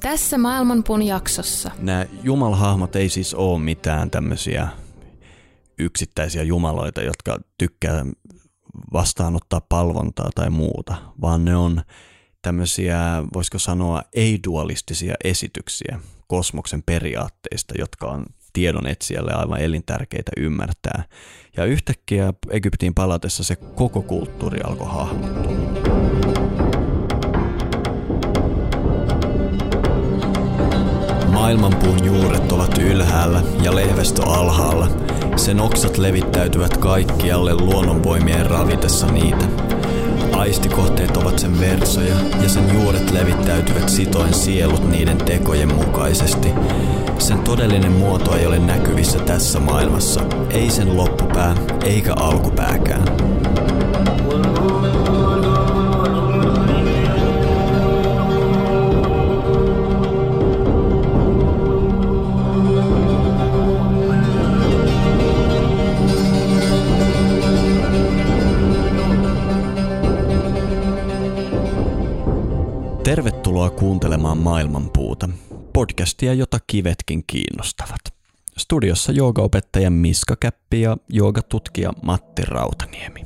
Tässä Maailmanpuun jaksossa. Nämä jumalhahmot ei siis ole mitään tämmöisiä yksittäisiä jumaloita, jotka tykkää vastaanottaa palvontaa tai muuta, vaan ne on tämmöisiä, voisiko sanoa, ei-dualistisia esityksiä kosmoksen periaatteista, jotka on tiedon etsijälle aivan elintärkeitä ymmärtää. Ja yhtäkkiä Egyptiin palatessa se koko kulttuuri alkoi hahmottua. Maailmanpuun juuret ovat ylhäällä ja lehvästö alhaalla. Sen oksat levittäytyvät kaikkialle luonnonvoimien ravitessa niitä. Aistikohteet ovat sen versoja ja sen juuret levittäytyvät sitoen sielut niiden tekojen mukaisesti. Sen todellinen muoto ei ole näkyvissä tässä maailmassa, ei sen loppupää eikä alkupääkään. Tervetuloa kuuntelemaan Maailmanpuuta, podcastia, jota kivetkin kiinnostavat. Studiossa joogaopettaja Miska Käppi ja joogatutkija Matti Rautaniemi.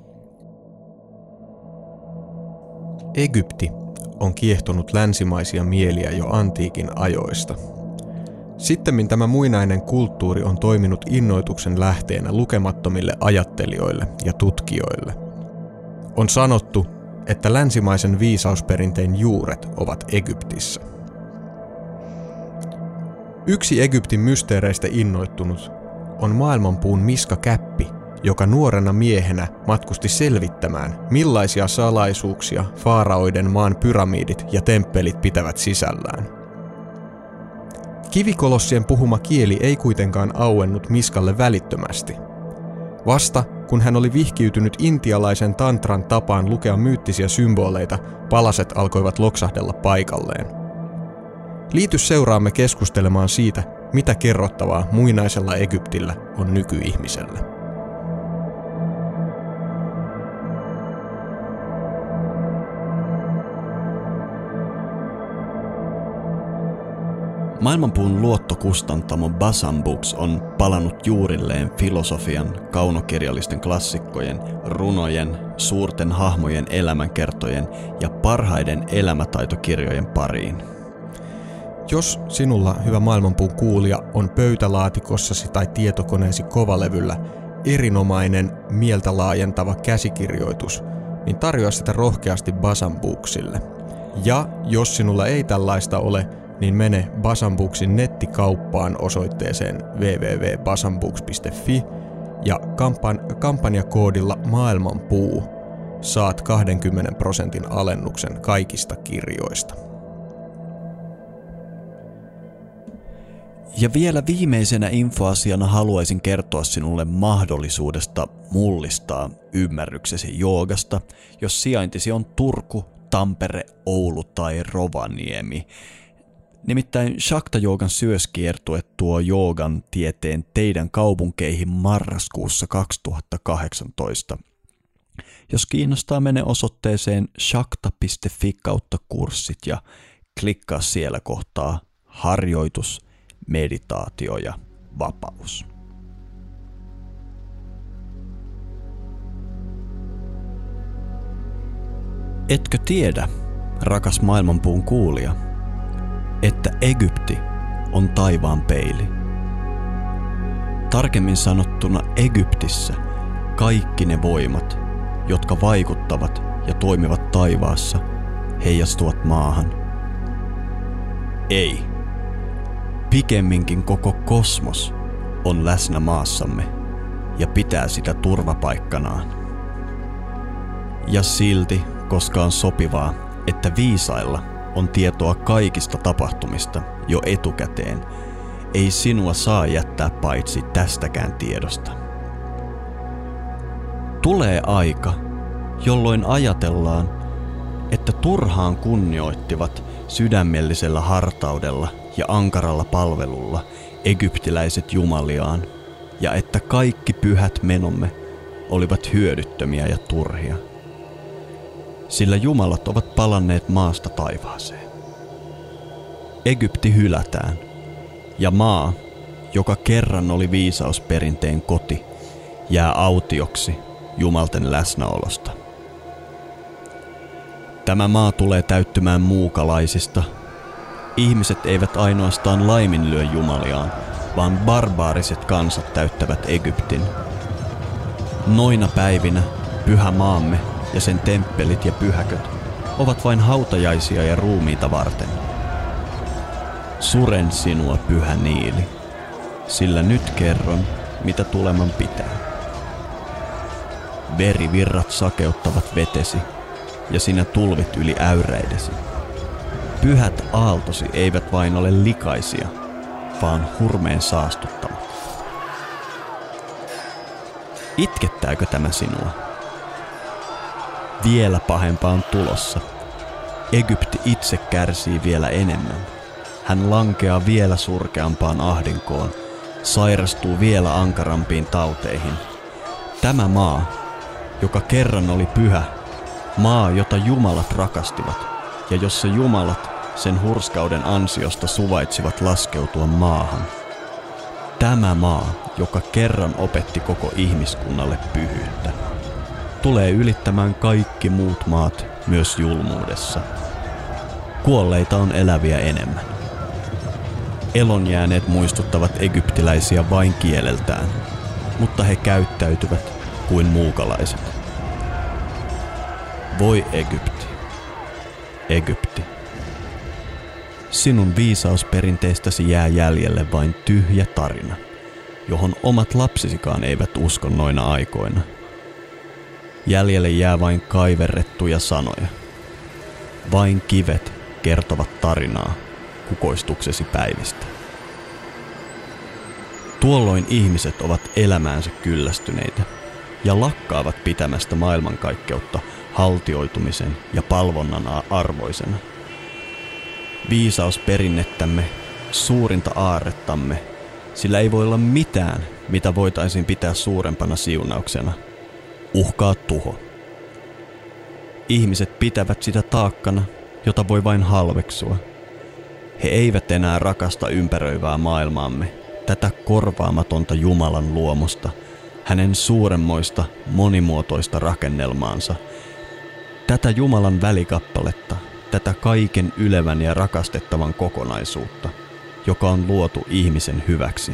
Egypti on kiehtonut länsimaisia mieliä jo antiikin ajoista. Sittemmin tämä muinainen kulttuuri on toiminut innoituksen lähteenä lukemattomille ajattelijoille ja tutkijoille. On sanottu, että länsimaisen viisausperinteen juuret ovat Egyptissä. Yksi Egyptin mysteereistä innoittunut on Maailmanpuun Miska Käppi, joka nuorena miehenä matkusti selvittämään, millaisia salaisuuksia faaraoiden maan pyramidit ja temppelit pitävät sisällään. Kivikolossien puhuma kieli ei kuitenkaan auennut Miskalle välittömästi. Vasta kun hän oli vihkiytynyt intialaisen tantran tapaan lukea myyttisiä symboleita, palaset alkoivat loksahdella paikalleen. Liity seuraamme keskustelemaan siitä, mitä kerrottavaa muinaisella Egyptillä on nykyihmisellä. Maailmanpuun luottokustantamo Bashan Books on palannut juurilleen filosofian, kaunokirjallisten klassikkojen, runojen, suurten hahmojen elämänkertojen ja parhaiden elämätaitokirjojen pariin. Jos sinulla, hyvä Maailmanpuun kuulija, on pöytälaatikossasi tai tietokoneesi kovalevyllä erinomainen mieltä laajentava käsikirjoitus, niin tarjoa sitä rohkeasti Bashan Booksille. Ja jos sinulla ei tällaista ole, niin mene Bashan Booksin nettikauppaan osoitteeseen www.bashanbooks.fi ja kampanjakoodilla Maailmanpuu saat 20% alennuksen kaikista kirjoista. Ja vielä viimeisenä infoasiana haluaisin kertoa sinulle mahdollisuudesta mullistaa ymmärryksesi joogasta, jos sijaintisi on Turku, Tampere, Oulu tai Rovaniemi. Nimittäin Shakta-joogan syöskiertue tuo joogan tieteen teidän kaupunkeihin marraskuussa 2018. Jos kiinnostaa, mene osoitteeseen shakta.fi/kurssit ja klikkaa siellä kohtaa harjoitus, meditaatio ja vapaus. Etkö tiedä, rakas Maailmanpuun kuulija, että Egypti on taivaan peili? Tarkemmin sanottuna Egyptissä kaikki ne voimat, jotka vaikuttavat ja toimivat taivaassa, heijastuvat maahan. Ei. Pikemminkin koko kosmos on läsnä maassamme ja pitää sitä turvapaikkanaan. Ja silti, koska on sopivaa, että viisailla on tietoa kaikista tapahtumista jo etukäteen, ei sinua saa jättää paitsi tästäkään tiedosta. Tulee aika, jolloin ajatellaan, että turhaan kunnioittivat sydämellisellä hartaudella ja ankaralla palvelulla egyptiläiset jumaliaan, ja että kaikki pyhät menomme olivat hyödyttömiä ja turhia. Sillä jumalat ovat palanneet maasta taivaaseen. Egypti hylätään, ja maa, joka kerran oli viisausperinteen koti, jää autioksi jumalten läsnäolosta. Tämä maa tulee täyttymään muukalaisista. Ihmiset eivät ainoastaan laiminlyö jumaliaan, vaan barbaariset kansat täyttävät Egyptin. Noina päivinä pyhä maamme ja sen temppelit ja pyhäköt ovat vain hautajaisia ja ruumiita varten. Suren sinua, pyhä Niili, sillä nyt kerron, mitä tuleman pitää. Verivirrat sakeuttavat vetesi, ja sinä tulvit yli äyräidesi. Pyhät aaltosi eivät vain ole likaisia, vaan hurmeen saastuttamat. Itkettääkö tämä sinua? Vielä pahempaa on tulossa. Egypti itse kärsii vielä enemmän. Hän lankeaa vielä surkeampaan ahdinkoon, sairastuu vielä ankarampiin tauteihin. Tämä maa, joka kerran oli pyhä, maa, jota jumalat rakastivat, ja jossa jumalat sen hurskauden ansiosta suvaitsivat laskeutua maahan. Tämä maa, joka kerran opetti koko ihmiskunnalle pyhyyttä, tulee ylittämään kaikki muut maat myös julmuudessa. Kuolleita on eläviä enemmän. Elonjääneet muistuttavat egyptiläisiä vain kieleltään, mutta he käyttäytyvät kuin muukalaiset. Voi Egypti, Egypti. Sinun viisausperinteestäsi jää jäljelle vain tyhjä tarina, johon omat lapsisikaan eivät usko noina aikoina. Jäljelle jää vain kaiverrettuja sanoja. Vain kivet kertovat tarinaa kukoistuksesi päivistä. Tuolloin ihmiset ovat elämäänsä kyllästyneitä ja lakkaavat pitämästä maailmankaikkeutta haltioitumisen ja palvonnan arvoisena. Viisausperinnettämme, suurinta aarrettamme, sillä ei voi olla mitään, mitä voitaisiin pitää suurempana siunauksena. Uhkaa tuho. Ihmiset pitävät sitä taakkana, jota voi vain halveksua. He eivät enää rakasta ympäröivää maailmaamme, tätä korvaamatonta Jumalan luomusta, hänen suuremmoista, monimuotoista rakennelmaansa, tätä Jumalan välikappaletta, tätä kaiken ylevän ja rakastettavan kokonaisuutta, joka on luotu ihmisen hyväksi.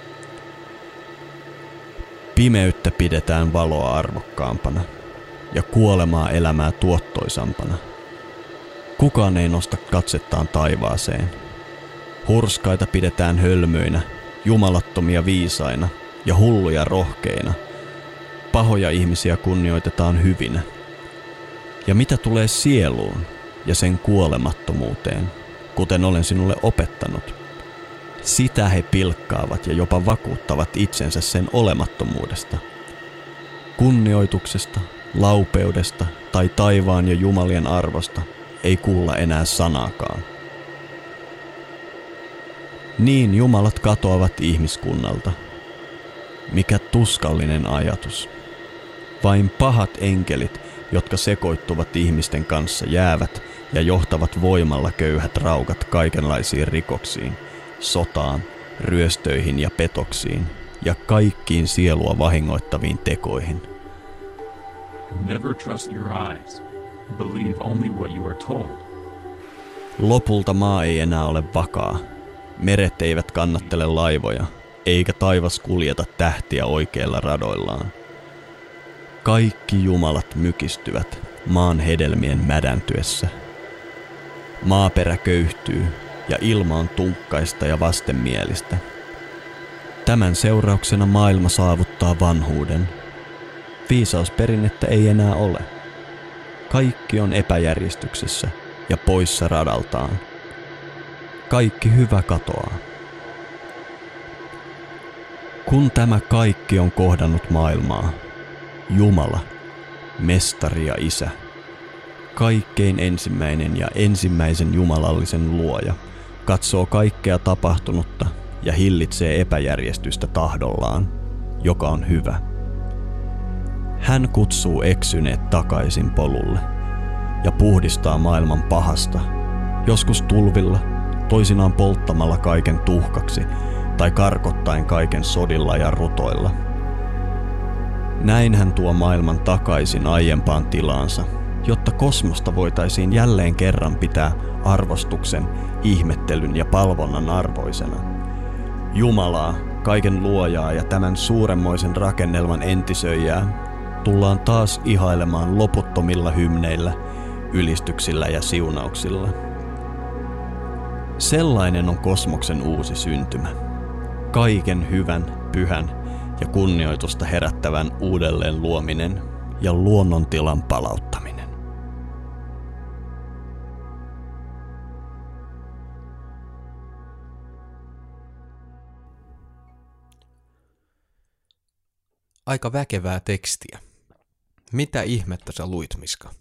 Pimeyttä pidetään valoa arvokkaampana ja kuolemaa elämää tuottoisampana. Kukaan ei nosta katsettaan taivaaseen. Hurskaita pidetään hölmöinä, jumalattomia viisaina ja hulluja rohkeina. Pahoja ihmisiä kunnioitetaan hyvinä. Ja mitä tulee sieluun ja sen kuolemattomuuteen, kuten olen sinulle opettanut, sitä he pilkkaavat ja jopa vakuuttavat itsensä sen olemattomuudesta. Kunnioituksesta, laupeudesta tai taivaan ja jumalien arvosta ei kuulla enää sanaakaan. Niin jumalat katoavat ihmiskunnalta. Mikä tuskallinen ajatus. Vain pahat enkelit, jotka sekoittuvat ihmisten kanssa, jäävät ja johtavat voimalla köyhät raukat kaikenlaisiin rikoksiin, sotaan, ryöstöihin ja petoksiin ja kaikkiin sielua vahingoittaviin tekoihin. Never trust your eyes. Believe only what you are told. Lopulta maa ei enää ole vakaa. Meret eivät kannattele laivoja, eikä taivas kuljeta tähtiä oikeilla radoillaan. Kaikki jumalat mykistyvät maan hedelmien mädäntyessä. Maaperä köyhtyy ja ilma on tunkkaista ja vastenmielistä. Tämän seurauksena maailma saavuttaa vanhuuden. Viisausperinnettä ei enää ole. Kaikki on epäjärjestyksessä ja poissa radaltaan. Kaikki hyvä katoaa. Kun tämä kaikki on kohdannut maailmaa, Jumala, Mestari ja Isä, kaikkein ensimmäinen ja ensimmäisen jumalallisen luoja, katsoo kaikkea tapahtunutta ja hillitsee epäjärjestystä tahdollaan, joka on hyvä. Hän kutsuu eksyneet takaisin polulle ja puhdistaa maailman pahasta, joskus tulvilla, toisinaan polttamalla kaiken tuhkaksi tai karkottaen kaiken sodilla ja rutoilla. Näin hän tuo maailman takaisin aiempaan tilaansa, jotta kosmosta voitaisiin jälleen kerran pitää arvostuksen, ihmettelyn ja palvonnan arvoisena. Jumalaa, kaiken luojaa ja tämän suuremmoisen rakennelman entisöijää tullaan taas ihailemaan loputtomilla hymneillä, ylistyksillä ja siunauksilla. Sellainen on kosmoksen uusi syntymä. Kaiken hyvän, pyhän ja kunnioitusta herättävän uudelleen luominen ja luonnontilan palauttaminen. Aika väkevää tekstiä. Mitä ihmettä sä luit, Miska?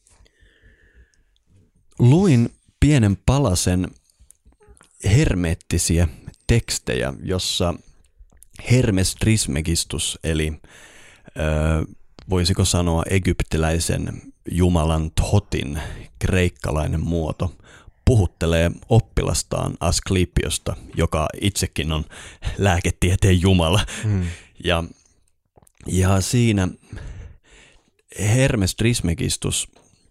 Luin pienen palasen hermeettisiä tekstejä, jossa Hermes Trismegistus, eli voisiko sanoa egyptiläisen jumalan Thotin kreikkalainen muoto, puhuttelee oppilastaan Asklepiosta, joka itsekin on lääketieteen jumala. Ja siinä Hermes Trismegistus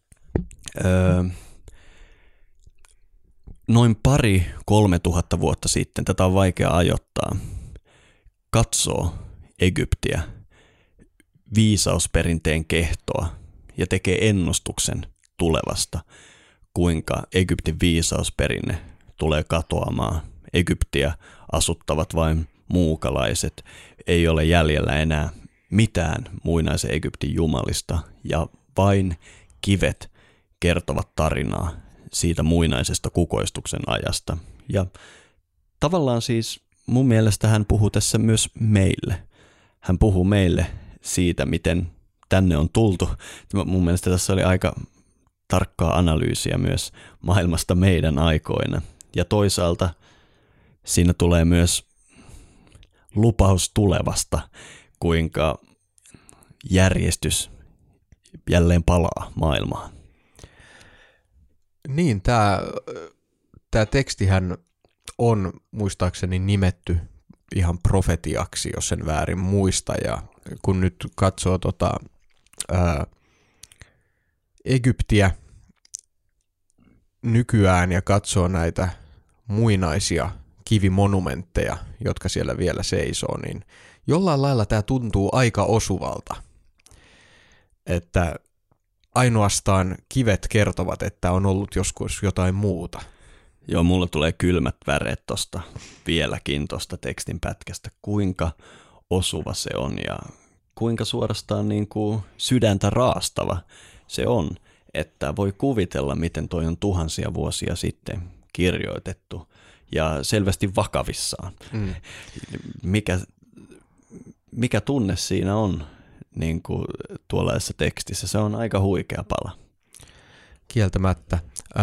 noin 2,000–3,000 vuotta sitten, tätä on vaikea ajoittaa, katsoo Egyptiä viisausperinteen kehtoa ja tekee ennustuksen tulevasta, kuinka Egyptin viisausperinne tulee katoamaan. Egyptiä asuttavat vain muukalaiset, ei ole jäljellä enää mitään muinaisen Egyptin jumalista ja vain kivet kertovat tarinaa siitä muinaisesta kukoistuksen ajasta. Ja tavallaan siis mun mielestä hän puhuu tässä myös meille. Hän puhuu meille siitä, miten tänne on tultu. Mun mielestä tässä oli aika tarkkaa analyysiä myös maailmasta meidän aikoina. Ja toisaalta siinä tulee myös lupaus tulevasta, kuinka järjestys jälleen palaa maailmaan. Niin, tämä tekstihän on muistaakseni nimetty ihan profetiaksi, jos sen väärin muista. Ja kun nyt katsoo Egyptiä nykyään ja katsoo näitä muinaisia kivimonumentteja, jotka siellä vielä seisoo, niin jollain lailla tämä tuntuu aika osuvalta, että ainoastaan kivet kertovat, että on ollut joskus jotain muuta. Joo, mulla tulee kylmät väreet vieläkin tuosta tekstin pätkästä, kuinka osuva se on ja kuinka suorastaan niin kuin sydäntä raastava se on, että voi kuvitella, miten toi on tuhansia vuosia sitten kirjoitettu ja selvästi vakavissaan. Mikä tunne siinä on niin kuin tuollaisessa tekstissä? Se on aika huikea pala. Kieltämättä.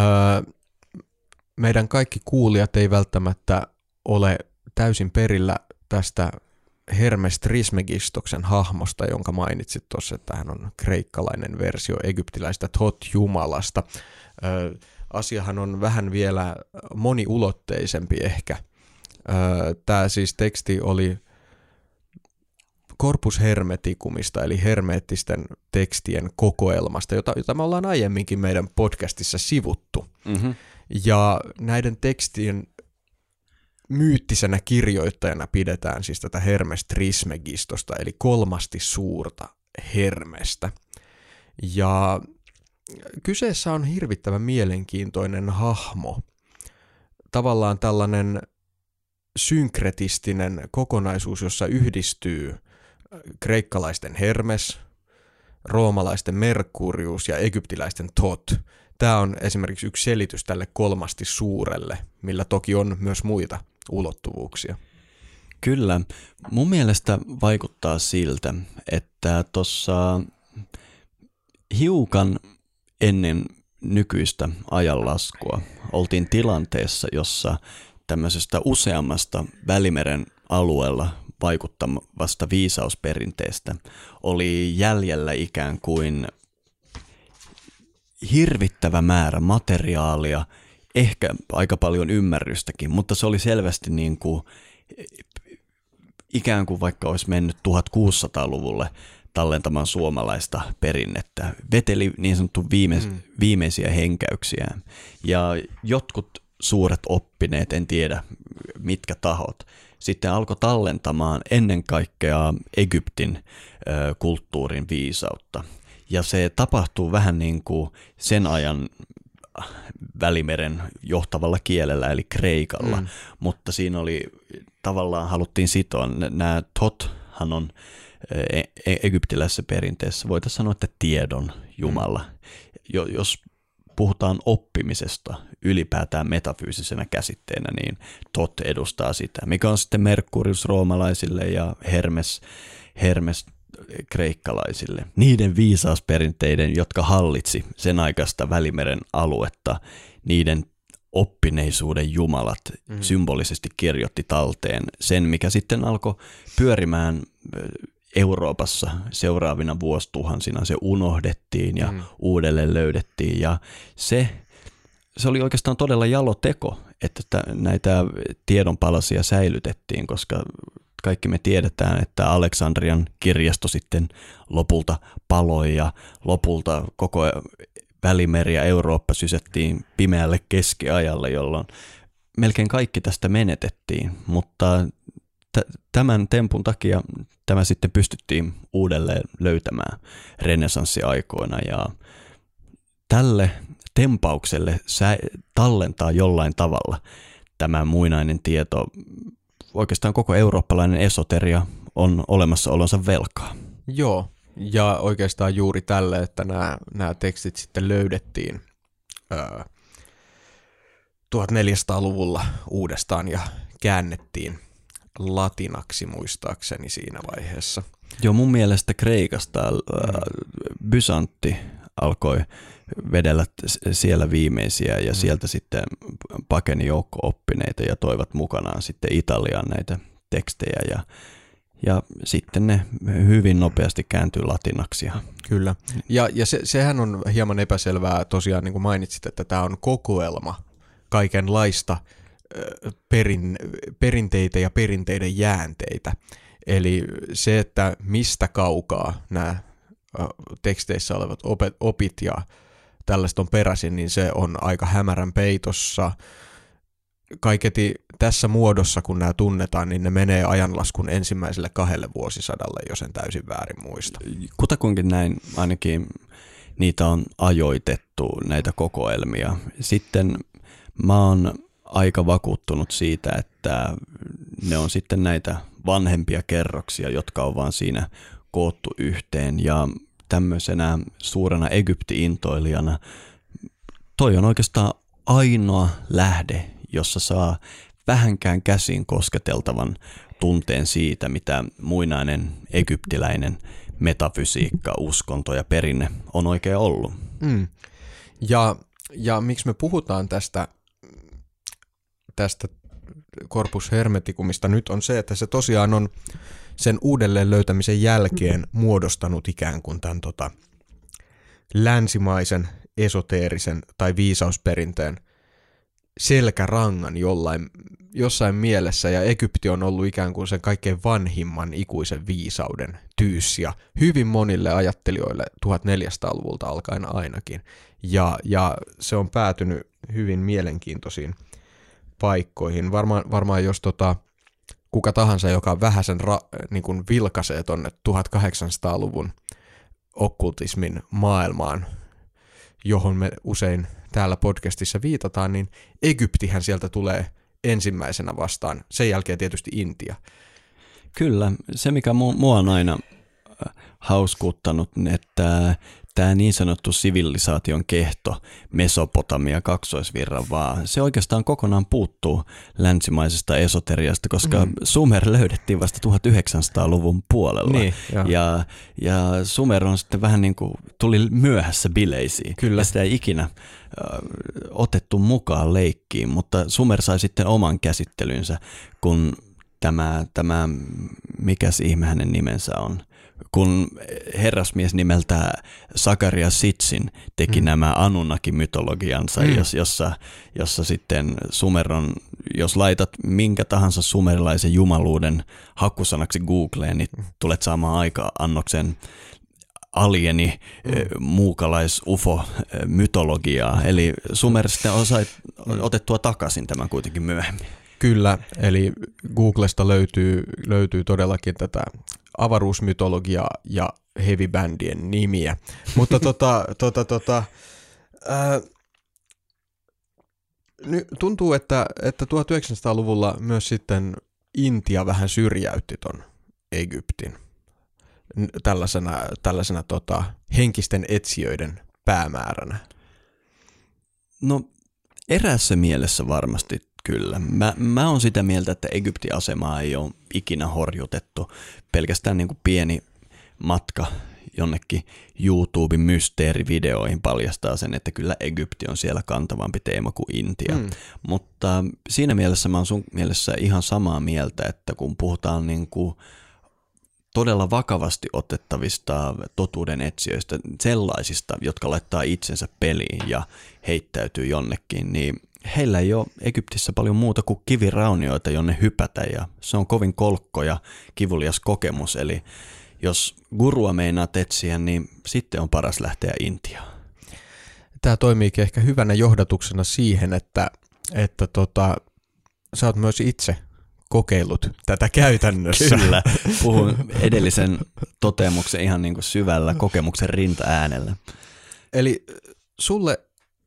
Meidän kaikki kuulijat ei välttämättä ole täysin perillä tästä Hermes Trismegistoksen hahmosta, jonka mainitsit tuossa, että hän on kreikkalainen versio egyptiläistä Thot-jumalasta. Asiahan on vähän vielä moniulotteisempi ehkä. Tämä siis teksti oli Corpus Hermeticumista, eli hermeettisten tekstien kokoelmasta, jota me ollaan aiemminkin meidän podcastissa sivuttu. Mm-hmm. Ja näiden tekstien myyttisenä kirjoittajana pidetään siis tätä Hermes Trismegistosta, eli kolmasti suurta Hermestä. Ja kyseessä on hirvittävän mielenkiintoinen hahmo. Tavallaan tällainen synkretistinen kokonaisuus, jossa yhdistyy kreikkalaisten Hermes, roomalaisten Merkurius ja egyptiläisten Thot. Tämä on esimerkiksi yksi selitys tälle kolmasti suurelle, millä toki on myös muita ulottuvuuksia. Kyllä. Mun mielestä vaikuttaa siltä, että tuossa hiukan ennen nykyistä ajanlaskua oltiin tilanteessa, jossa tämmöisestä useammasta Välimeren alueella vaikuttavasta viisausperinteestä oli jäljellä ikään kuin hirvittävä määrä materiaalia ehkä aika paljon ymmärrystäkin, mutta se oli selvästi niin kuin, ikään kuin vaikka olisi mennyt 1600-luvulle tallentamaan suomalaista perinnettä. Veteli niin sanottu viimeisiä henkäyksiä. Ja jotkut suuret oppineet, en tiedä mitkä tahot, sitten alkoi tallentamaan ennen kaikkea Egyptin kulttuurin viisautta. Ja se tapahtuu vähän niin kuin sen ajan Välimeren johtavalla kielellä, eli kreikalla, mutta siinä oli tavallaan haluttiin sitoa, nämä Tothan on egyptiläisessä perinteessä, voitaisiin sanoa, että tiedon jumala. Jos puhutaan oppimisesta ylipäätään metafyysisenä käsitteenä, niin Tot edustaa sitä, mikä on sitten Merkurius roomalaisille ja Hermes kreikkalaisille. Niiden viisausperinteiden, jotka hallitsi sen aikaista Välimeren aluetta, niiden oppineisuuden jumalat symbolisesti kirjoitti talteen sen, mikä sitten alkoi pyörimään Euroopassa seuraavina vuosituhansina. Se unohdettiin ja uudelleen löydettiin, ja se oli oikeastaan todella jalo teko, että näitä tiedonpalasia säilytettiin, koska kaikki me tiedetään, että Aleksandrian kirjasto sitten lopulta paloi ja lopulta koko Välimeri ja Eurooppa sysättiin pimeälle keskiajalle, jolloin melkein kaikki tästä menetettiin, mutta tämän tempun takia tämä sitten pystyttiin uudelleen löytämään renessanssiaikoina, ja tälle tempaukselle tallentaa jollain tavalla tämä muinainen tieto. Oikeastaan koko eurooppalainen esoteria on olemassaolonsa velkaa. Joo, ja oikeastaan juuri tälle, että nämä tekstit sitten löydettiin 1400-luvulla uudestaan ja käännettiin latinaksi muistaakseni siinä vaiheessa. Joo, mun mielestä Kreikasta Byzantti alkoi vedellä siellä viimeisiä, ja sieltä sitten pakeni joukko oppineita ja toivat mukanaan sitten Italiaan näitä tekstejä, ja sitten ne hyvin nopeasti kääntyi latinaksi. Kyllä, ja sehän on hieman epäselvää tosiaan, niin kuin mainitsit, että tämä on kokoelma kaikenlaista perinteitä ja perinteiden jäänteitä. Eli se, että mistä kaukaa nämä teksteissä olevat opit ja tällaista on peräisin, niin se on aika hämärän peitossa. Kaiketi tässä muodossa, kun nämä tunnetaan, niin ne menee ajanlaskun ensimmäiselle 2 vuosisadalle, jos en täysin väärin muista. Kutakuinkin näin, ainakin niitä on ajoitettu, näitä kokoelmia. Sitten mä oon aika vakuuttunut siitä, että ne on sitten näitä vanhempia kerroksia, jotka on vaan siinä koottu yhteen, ja tämmöisenä suurena Egypti-intoilijana toi on oikeastaan ainoa lähde, jossa saa vähänkään käsin kosketeltavan tunteen siitä, mitä muinainen egyptiläinen metafysiikka, uskonto ja perinne on oikein ollut. Ja miksi me puhutaan tästä Corpus Hermeticumista nyt on se, että se tosiaan on sen uudelleen löytämisen jälkeen muodostanut ikään kuin tämän länsimaisen, esoteerisen tai viisausperinteen selkärangan jossain mielessä, ja Egypti on ollut ikään kuin sen kaikkein vanhimman ikuisen viisauden tyyssiä hyvin monille ajattelijoille 1400-luvulta alkaen ainakin, ja se on päätynyt hyvin mielenkiintoisiin paikkoihin. Varmaan jos kuka tahansa, joka vähäsen niin kuin vilkaisee tuonne 1800-luvun okkultismin maailmaan, johon me usein täällä podcastissa viitataan, niin Egyptihän sieltä tulee ensimmäisenä vastaan. Sen jälkeen tietysti Intia. Kyllä, se mikä mua on aina hauskuuttanut, että tämä niin sanottu sivilisaation kehto, Mesopotamia, kaksoisvirran vaan, se oikeastaan kokonaan puuttuu länsimaisesta esoteriasta, koska Sumer löydettiin vasta 1900-luvun puolella. Niin, ja Sumer on sitten vähän niin kuin tuli myöhässä bileisiin. Kyllä. Ja sitä ei ikinä otettu mukaan leikkiin, mutta Sumer sai sitten oman käsittelynsä, kun tämä mikäs ihme hänen nimensä on, kun herrasmies nimeltä Zakaria Sitchin teki nämä Anunnaki-mytologiansa, jossa sitten Sumeron, jos laitat minkä tahansa sumerilaisen jumaluuden hakusanaksi Googleen, niin tulet saamaan aika-annoksen alieni, muukalais, ufo, mytologiaa. Eli Sumer sitten otettua takaisin tämän kuitenkin myöhemmin. Kyllä, eli Googlesta löytyy todellakin tätä avaruusmytologiaa ja heavy-bändien nimiä. Mutta tuntuu, että 1900-luvulla myös sitten Intia vähän syrjäytti ton Egyptin tällaisena henkisten etsijöiden päämääränä. No eräässä mielessä varmasti kyllä. Mä oon sitä mieltä, että Egyptin asemaa ei ole ikinä horjutettu. Pelkästään niin kuin pieni matka jonnekin YouTuben mysteerivideoihin paljastaa sen, että kyllä Egypti on siellä kantavampi teema kuin Intia. Mutta siinä mielessä mä oon sun mielessä ihan samaa mieltä, että kun puhutaan niin kuin todella vakavasti otettavista totuuden etsijöistä, sellaisista, jotka laittaa itsensä peliin ja heittäytyy jonnekin, niin heillä ei ole Egyptissä paljon muuta kuin kiviraunioita, jonne hypätä, ja se on kovin kolkko ja kivulias kokemus. Eli jos gurua meinaa etsiä, niin sitten on paras lähteä Intiaan. Tämä toimiikin ehkä hyvänä johdatuksena siihen, että sä oot myös itse kokeillut tätä käytännössä. Kyllä, puhun edellisen toteamuksen ihan niin kuin syvällä kokemuksen rintaäänellä. Eli sulle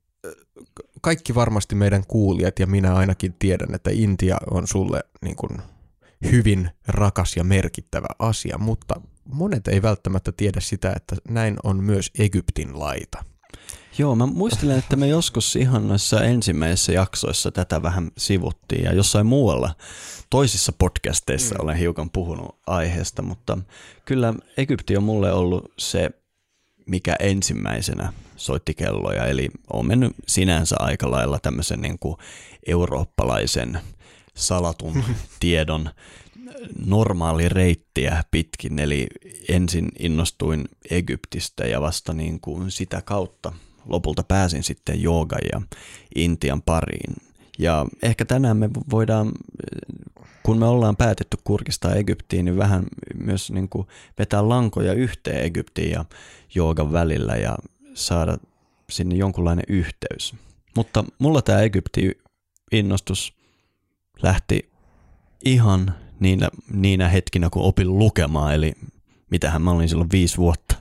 kaikki varmasti meidän kuulijat ja minä ainakin tiedän, että Intia on sulle niin kuin hyvin rakas ja merkittävä asia, mutta monet ei välttämättä tiedä sitä, että näin on myös Egyptin laita. Joo, mä muistelen, että me joskus ihan noissa ensimmäisissä jaksoissa tätä vähän sivuttiin ja jossain muualla toisissa podcasteissa olen hiukan puhunut aiheesta, mutta kyllä Egypti on mulle ollut se, mikä ensimmäisenä soitti kelloja, eli on mennyt sinänsä aika lailla tämmöisen niin kuin eurooppalaisen salatun tiedon normaali reittiä pitkin, eli ensin innostuin Egyptistä ja vasta niin kuin sitä kautta lopulta pääsin sitten joogan ja Intian pariin. Ja ehkä tänään me voidaan, kun me ollaan päätetty kurkistaa Egyptiin, niin vähän myös niin kuin vetää lankoja yhteen Egyptiin ja joogan välillä ja saada sinne jonkunlainen yhteys. Mutta mulla tämä Egypti-innostus lähti ihan niinä hetkinä, kun opin lukemaan, eli mitähän mä olin silloin 5 vuotta.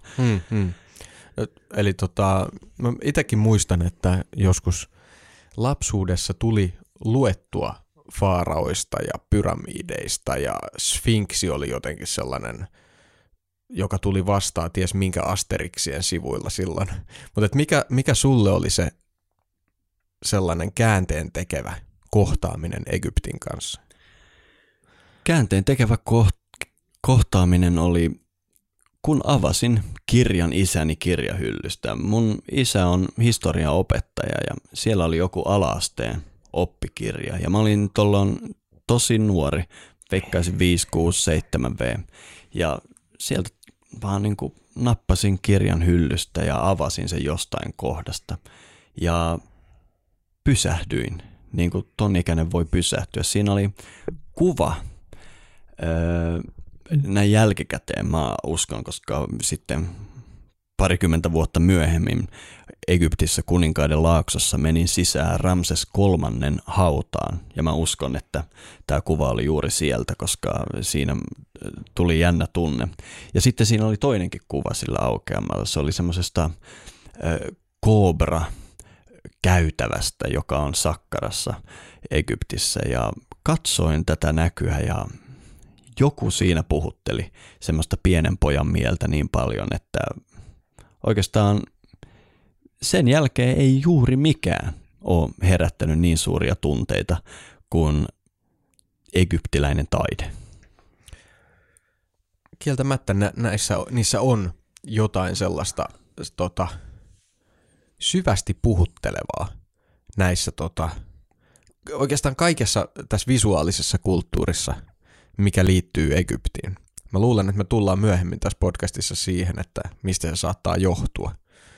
Eli mä itsekin muistan, että joskus lapsuudessa tuli luettua faaraoista ja pyramideista ja Sfinksi oli jotenkin sellainen, joka tuli vastaan ties minkä Asterixien sivuilla silloin. Mutta mikä sulle oli se sellainen käänteen tekevä kohtaaminen Egyptin kanssa? Käänteen tekevä kohtaaminen oli, kun avasin kirjan isäni kirjahyllystä. Mun isä on historian opettaja ja siellä oli joku ala-asteen oppikirja. Ja mä olin tuolloin tosi nuori, veikkaisin 5, 6, 7 V. Ja sieltä vaan niin kuin nappasin kirjan hyllystä ja avasin sen jostain kohdasta. Ja pysähdyin, niin kuin ton ikäinen voi pysähtyä. Siinä oli kuva. Näin jälkikäteen mä uskon, koska sitten 20 vuotta myöhemmin Egyptissä Kuninkaiden laaksossa menin sisään Ramses III hautaan ja mä uskon, että tämä kuva oli juuri sieltä, koska siinä tuli jännä tunne. Ja sitten siinä oli toinenkin kuva sillä aukeamalla. Se oli semmoisesta koobra käytävästä, joka on Sakkarassa Egyptissä ja katsoin tätä näkyä ja joku siinä puhutteli semmoista pienen pojan mieltä niin paljon, että oikeastaan sen jälkeen ei juuri mikään ole herättänyt niin suuria tunteita kuin egyptiläinen taide. Kieltämättä niissä on jotain sellaista syvästi puhuttelevaa näissä oikeastaan kaikessa tässä visuaalisessa kulttuurissa, mikä liittyy Egyptiin. Mä luulen, että me tullaan myöhemmin tässä podcastissa siihen, että mistä se saattaa johtua.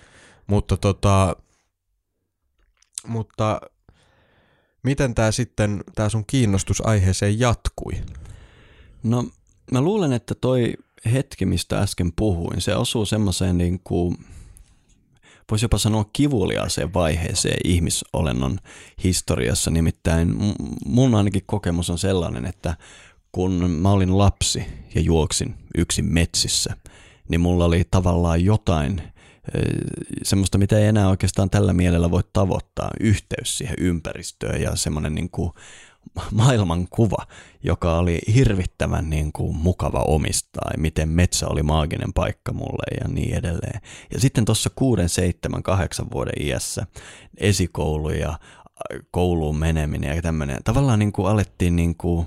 Mutta miten tää sun kiinnostus aiheeseen jatkui? No mä luulen, että toi hetki, mistä äsken puhuin, se osuu semmoiseen niin kuin, voisi jopa sanoa kivuliaaseen vaiheeseen ihmisolennon historiassa. Nimittäin mun ainakin kokemus on sellainen, että kun mä olin lapsi ja juoksin yksin metsissä, niin mulla oli tavallaan jotain semmoista, mitä ei enää oikeastaan tällä mielellä voi tavoittaa, yhteys siihen ympäristöön ja semmoinen niin kuin maailmankuva, joka oli hirvittävän niin kuin mukava omistaa, miten metsä oli maaginen paikka mulle ja niin edelleen. Ja sitten tuossa 6, 7, 8 vuoden iässä esikoulu ja kouluun meneminen ja tämmöinen, tavallaan niin kuin alettiin niin kuin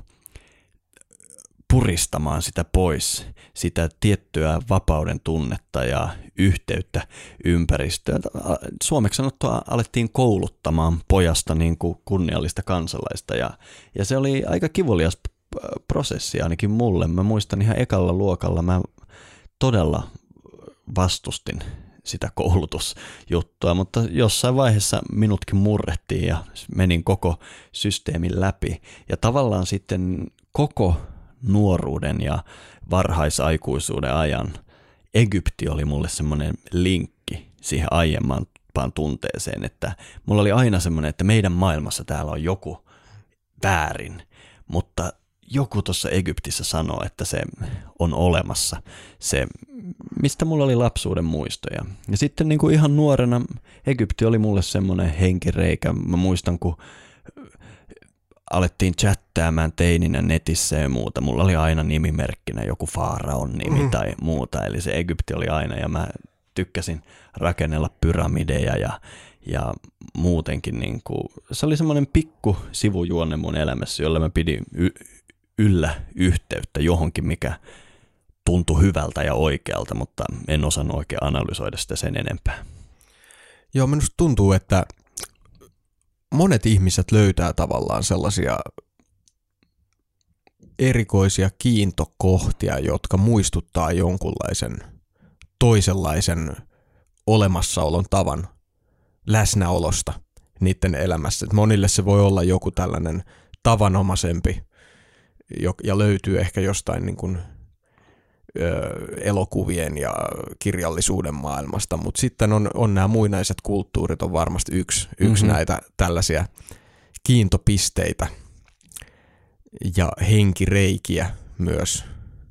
puristamaan sitä pois, sitä tiettyä vapauden tunnetta ja yhteyttä ympäristöön. Suomeksi sanottua alettiin kouluttamaan pojasta niin kuin kunniallista kansalaista ja se oli aika kivulias prosessi ainakin mulle. Mä muistan ihan ekalla luokalla mä todella vastustin sitä koulutusjuttua, mutta jossain vaiheessa minutkin murrettiin ja menin koko systeemin läpi ja tavallaan sitten koko nuoruuden ja varhaisaikuisuuden ajan Egypti oli mulle semmoinen linkki siihen aiempaan tunteeseen, että mulla oli aina semmoinen, että meidän maailmassa täällä on joku väärin, mutta joku tuossa Egyptissä sanoo, että se on olemassa, se mistä mulla oli lapsuuden muistoja. Ja sitten niin kuin ihan nuorena Egypti oli mulle semmoinen henkireikä. Mä muistan, kun alettiin chattaamaan teininä netissä ja muuta. Mulla oli aina nimimerkkinä joku Faaraon nimi tai muuta, eli se Egypti oli aina, ja mä tykkäsin rakennella pyramideja ja muutenkin, niin kuin, se oli semmoinen pikku sivujuonne mun elämässä, jolla mä pidin yllä yhteyttä johonkin, mikä tuntui hyvältä ja oikealta, mutta en osannut oikein analysoida sitä sen enempää. Joo, minusta tuntuu, että monet ihmiset löytää tavallaan sellaisia erikoisia kiintokohtia, jotka muistuttaa jonkunlaisen toisenlaisen olemassaolon tavan läsnäolosta niiden elämässä. Et monille se voi olla joku tällainen tavanomaisempi ja löytyy ehkä jostain niin kuin elokuvien ja kirjallisuuden maailmasta, mutta sitten on nämä muinaiset kulttuurit on varmasti yksi näitä tällaisia kiintopisteitä ja henkireikiä myös.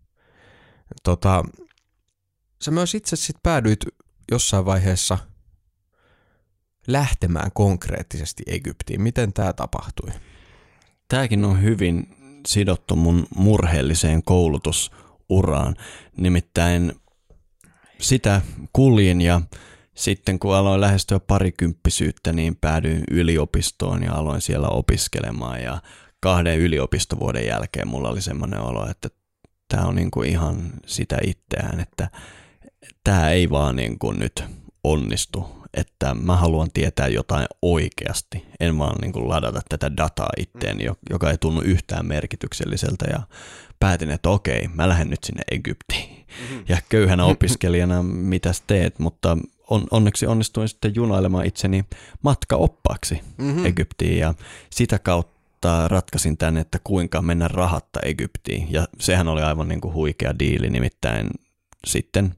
Sä myös itse sitten päädyit jossain vaiheessa lähtemään konkreettisesti Egyptiin. Miten tämä tapahtui? Tämäkin on hyvin sidottu mun murheelliseen koulutusuraan. Nimittäin sitä kuljin ja sitten kun aloin lähestyä parikymppisyyttä, niin päädyin yliopistoon ja aloin siellä opiskelemaan. Ja 2 yliopistovuoden jälkeen mulla oli semmoinen olo, että tämä on niinku ihan sitä itseään, että tämä ei vaan niinku nyt onnistu. Että mä haluan tietää jotain oikeasti, en vaan niin kuin ladata tätä dataa itteeni, joka ei tunnu yhtään merkitykselliseltä, ja päätin, että okei, mä lähden nyt sinne Egyptiin. Ja köyhänä opiskelijana mitäs teet, mutta onneksi onnistuin sitten junailemaan itseni matkaoppaaksi Egyptiin, ja sitä kautta ratkaisin tänne, että kuinka mennä rahatta Egyptiin, ja sehän oli aivan niin kuin huikea diili, nimittäin sitten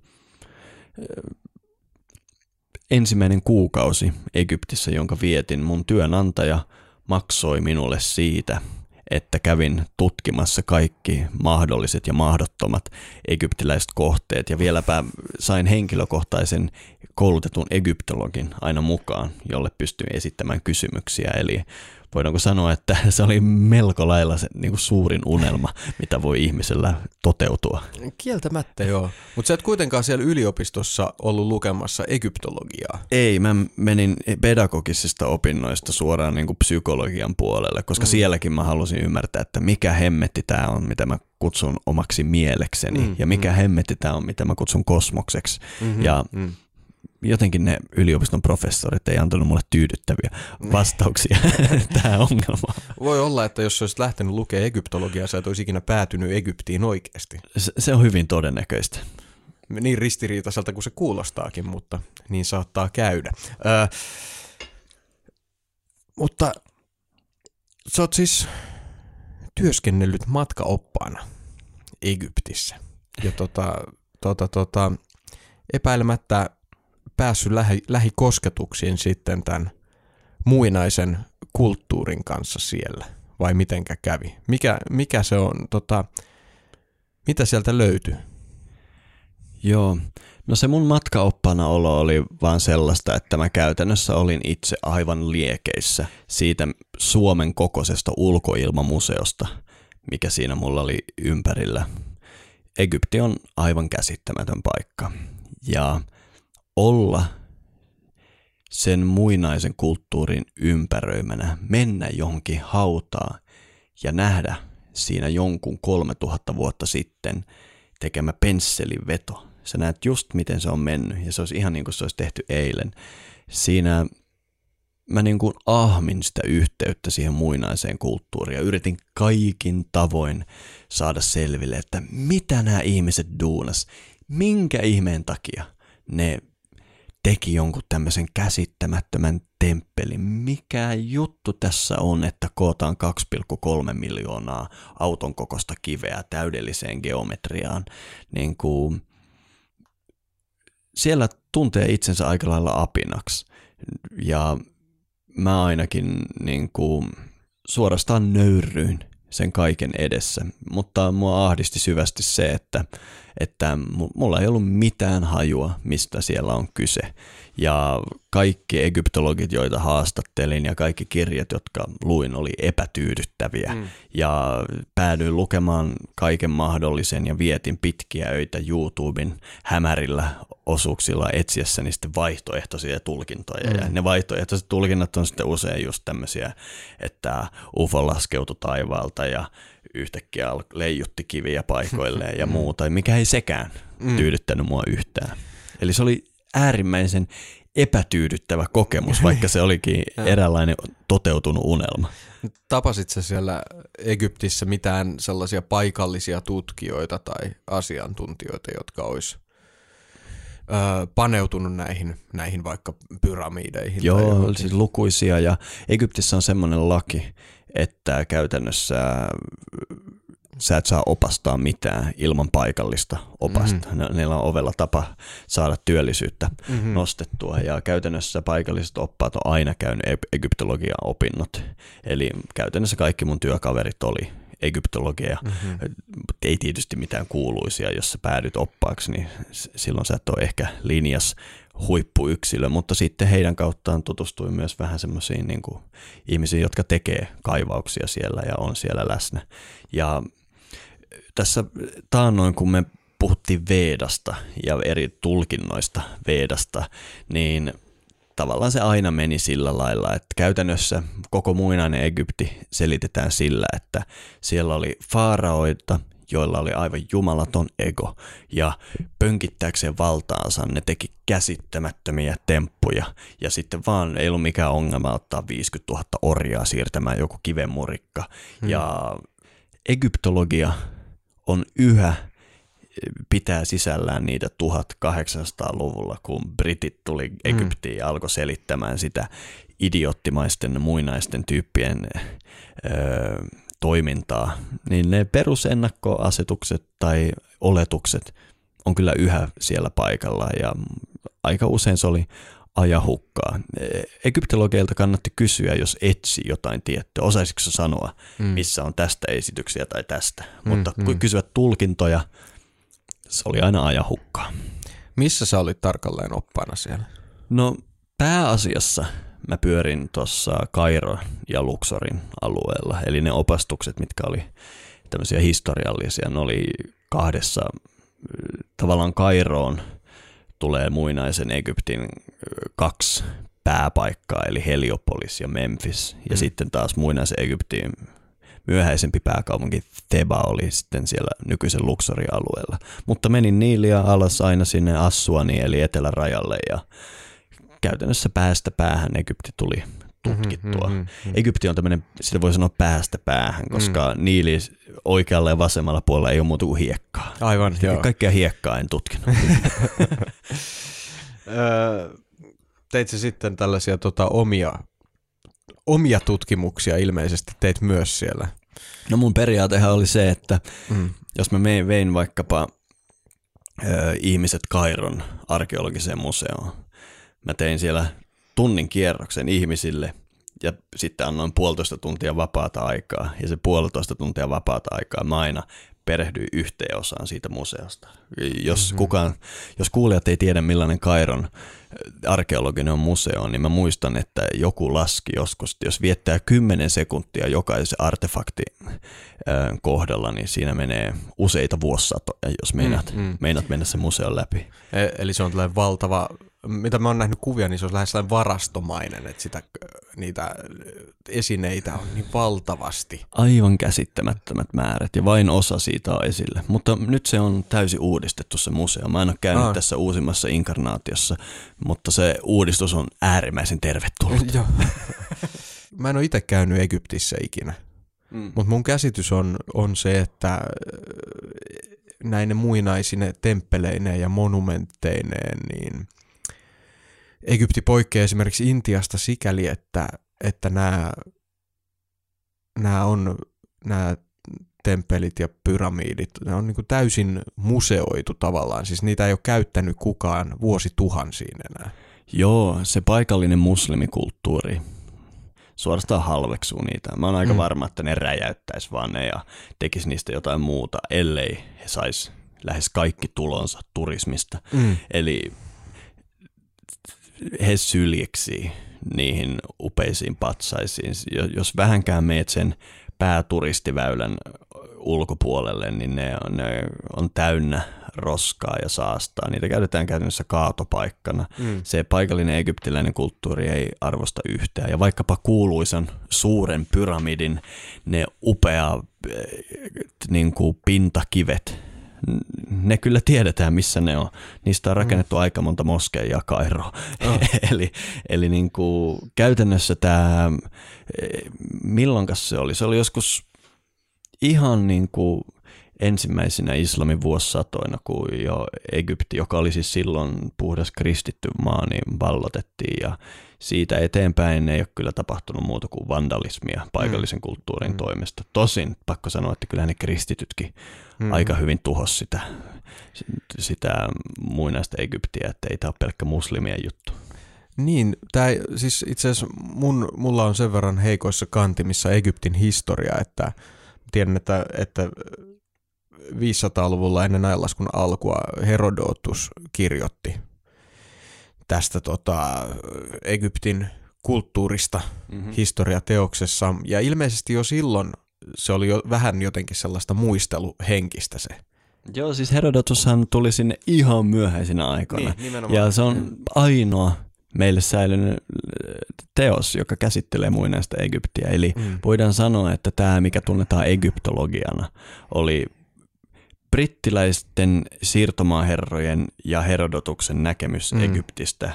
ensimmäinen kuukausi Egyptissä, jonka vietin, mun työnantaja maksoi minulle siitä, että kävin tutkimassa kaikki mahdolliset ja mahdottomat egyptiläiset kohteet, ja vieläpä sain henkilökohtaisen koulutetun egyptologin aina mukaan, jolle pystyin esittämään kysymyksiä. Eli voidaanko sanoa, että se oli melko lailla se niin kuin suurin unelma, mitä voi ihmisellä toteutua. Kieltämättä joo, mutta sä et kuitenkaan siellä yliopistossa ollut lukemassa egyptologiaa. Ei, mä menin pedagogisista opinnoista suoraan niin kuin psykologian puolelle, koska sielläkin mä halusin ymmärtää, että mikä hemmetti tää on, mitä mä kutsun omaksi mielekseni, ja mikä hemmetti tää on, mitä mä kutsun kosmokseksi. jotenkin ne yliopiston professorit ei antanut mulle tyydyttäviä vastauksia tähän ongelmaan. Voi olla, että jos olisit lähtenyt lukemaan egyptologiaa, sä et olisi ikinä päätynyt Egyptiin oikeasti. Se on hyvin todennäköistä. Niin ristiriitaiselta kuin se kuulostaakin, mutta niin saattaa käydä. Mutta sä oot siis työskennellyt matkaoppaana Egyptissä ja epäilemättä päässyt lähikosketuksiin sitten tämän muinaisen kulttuurin kanssa siellä, vai mitenkä kävi? Mikä se on, mitä sieltä löytyy? Joo, no se mun matkaoppana olo oli vaan sellaista, että mä käytännössä olin itse aivan liekeissä siitä Suomen kokoisesta ulkoilmamuseosta, mikä siinä mulla oli ympärillä. Egypti on aivan käsittämätön paikka ja olla sen muinaisen kulttuurin ympäröimänä, mennä johonkin hautaan ja nähdä siinä jonkun 3000 vuotta sitten tekemä pensselin veto. Sä näet just miten se on mennyt ja se olisi ihan niin kuin se olisi tehty eilen. Siinä mä niin kuin ahmin sitä yhteyttä siihen muinaiseen kulttuuriin ja yritin kaikin tavoin saada selville, että mitä nämä ihmiset duunas, minkä ihmeen takia ne teki jonkun tämmöisen käsittämättömän temppelin. Mikä juttu tässä on, että kootaan 2,3 miljoonaa auton kokoista kiveä täydelliseen geometriaan. Niin kuin siellä tuntee itsensä aika lailla apinaksi. Ja mä ainakin niin kuin suorastaan nöyrryin sen kaiken edessä, mutta mua ahdisti syvästi se, että mulla ei ollut mitään hajua, mistä siellä on kyse. Ja kaikki egyptologit, joita haastattelin ja kaikki kirjat, jotka luin, oli epätyydyttäviä. Ja päädyin lukemaan kaiken mahdollisen ja vietin pitkiä öitä YouTuben hämärillä osuuksilla etsiessäni sitten vaihtoehtoisia tulkintoja. Ja ne vaihtoehtoiset tulkinnat on sitten usein just tämmöisiä, että UFO laskeutui taivaalta ja yhtäkkiä leijutti kiviä paikoilleen ja muuta, mikä ei sekään tyydyttänyt mua yhtään. Eli se oli äärimmäisen epätyydyttävä kokemus, vaikka se olikin eräänlainen toteutunut unelma. Tapasit sä siellä Egyptissä mitään sellaisia paikallisia tutkijoita tai asiantuntijoita, jotka olisi paneutunut näihin vaikka pyramideihin? Joo, siis lukuisia, ja Egyptissä on semmoinen laki, että käytännössä sä et saa opastaa mitään ilman paikallista opasta. Niillä on ovella tapa saada työllisyyttä nostettua, ja käytännössä paikalliset oppaat on aina käynyt egyptologian opinnot. Eli käytännössä kaikki mun työkaverit oli egyptologia. Ei tietysti mitään kuuluisia, jos sä päädyt oppaaksi, niin silloin sä et ole ehkä linjas huippuyksilö, mutta sitten heidän kauttaan tutustuin myös vähän semmoisiin niin kuin ihmisiin, jotka tekee kaivauksia siellä ja on siellä läsnä. Ja tässä taannoin, kun me puhuttiin Vedasta ja eri tulkinnoista Vedasta, niin tavallaan se aina meni sillä lailla, että käytännössä koko muinainen Egypti selitetään sillä, että siellä oli faaraoita, joilla oli aivan jumalaton ego, ja pönkittääkseen valtaansa ne teki käsittämättömiä temppuja, ja sitten vaan ei ollut mikään ongelma ottaa 50 000 orjaa siirtämään joku kivenmurikka. Ja egyptologia on yhä pitää sisällään niitä 1800-luvulla, kun britit tuli Egyptiin ja alkoi selittämään sitä idioottimaisten muinaisten tyyppien toimintaa, niin ne perusennakkoasetukset tai oletukset on kyllä yhä siellä paikalla, ja aika usein se oli ajahukkaa. Egyptologeilta kannatti kysyä, jos etsi jotain tiettyä. Osaisitko sanoa, missä on tästä esityksiä tai tästä, mutta kun kysyvät tulkintoja, se oli aina ajahukkaa. Missä sä olit tarkalleen oppaana siellä? No pääasiassa mä pyörin tuossa Kairon ja Luxorin alueella, eli ne opastukset, mitkä oli tämmöisiä historiallisia, ne oli kahdessa, tavallaan Kairoon tulee muinaisen Egyptin 2 pääpaikkaa, eli Heliopolis ja Memphis, ja sitten taas muinaisen Egyptin myöhäisempi pääkaupunki Theba oli sitten siellä nykyisen Luxor-alueella. Mutta menin Niiliä alas aina sinne Assuaniin eli etelärajalle ja käytännössä päästä päähän Egypti tuli tutkittua. Egypti on tämmöinen, sitä voi sanoa päästä päähän, koska Niili oikealla ja vasemmalla puolella ei ole muuta kuin hiekkaa. Aivan, joo. Kaikkea hiekkaa en tutkinut. Teit sä sitten tällaisia omia tutkimuksia ilmeisesti teit myös siellä? No mun periaatehan oli se, että jos mä vein vaikkapa ihmiset Kairon arkeologiseen museoon, mä tein siellä tunnin kierroksen ihmisille ja sitten annoin 1,5 tuntia vapaata aikaa ja se 1,5 tuntia vapaata aikaa mä aina perehdyin yhteen osaan siitä museosta. Jos kuulijat ei tiedä millainen Kairon arkeologinen museo, niin mä muistan, että joku laski joskus, että jos viettää 10 sekuntia jokaisen artefaktin kohdalla, niin siinä menee useita vuosisatoja, jos meinaat mennä sen museon läpi. Eli se on tällainen valtava, mitä mä oon nähnyt kuvia, niin se on lähes sellainen varastomainen, että niitä esineitä on niin valtavasti. Aivan käsittämättömät määrät ja vain osa siitä on esille. Mutta nyt se on täysin uudistettu se museo. Mä en ole käynyt tässä uusimmassa inkarnaatiossa, mutta se uudistus on äärimmäisen tervetullut. Joo. Mä en ole itse käynyt Egyptissä ikinä, mutta mun käsitys on se, että näine muinaisine temppeleineen ja monumentteineen, niin Egypti poikkeaa esimerkiksi Intiasta sikäli, että nämä temppelit ja pyramidit, ne on niin kuin täysin museoitu tavallaan, siis niitä ei ole käyttänyt kukaan vuosituhansiin enää. Joo, se paikallinen muslimikulttuuri suorastaan halveksuu niitä. Mä oon aika varma, että ne räjäyttäisi vaan ne ja tekisi niistä jotain muuta, ellei he sais lähes kaikki tulonsa turismista. Eli he syljeksii niihin upeisiin patsaisiin. Jos vähänkään meet sen pääturistiväylän ulkopuolelle, niin ne on täynnä roskaa ja saastaa. Niitä käytetään käytännössä kaatopaikkana. Se paikallinen egyptiläinen kulttuuri ei arvosta yhtään. Ja vaikkapa kuuluisan suuren pyramidin ne upea niin kuin pintakivet, ne kyllä tiedetään, missä ne on. Niistä on rakennettu aika monta moskeijaa Kairoa. Eli niin kuin käytännössä tämä, milloinkas se oli? Se oli joskus ihan niin kuin ensimmäisenä islamin vuosisatoina, kun jo Egypti, joka oli siis silloin puhdas kristitty maa, niin vallotettiin ja siitä eteenpäin ei ole kyllä tapahtunut muuta kuin vandalismia paikallisen kulttuurin toimesta. Tosin pakko sanoa, että kyllä ne kristitytkin aika hyvin tuhos sitä muinaista Egyptiä, että ei tämä ole pelkkä muslimien juttu. Niin, siis itse asiassa mulla on sen verran heikoissa kantimissa Egyptin historia, että tiedän, että 500-luvulla ennen ajanlaskun alkua Herodotus kirjoitti tästä Egyptin kulttuurista historiateoksessa, ja ilmeisesti jo silloin se oli jo vähän jotenkin sellaista muisteluhenkistä se. Joo, siis Herodotushan tuli sinne ihan myöhäisinä aikoina, ja se on ainoa meille säilynyt teos, joka käsittelee muinaista Egyptiä, eli voidaan sanoa, että tämä, mikä tunnetaan egyptologiana, oli brittiläisten siirtomaaherrojen ja Herodotuksen näkemys Egyptistä,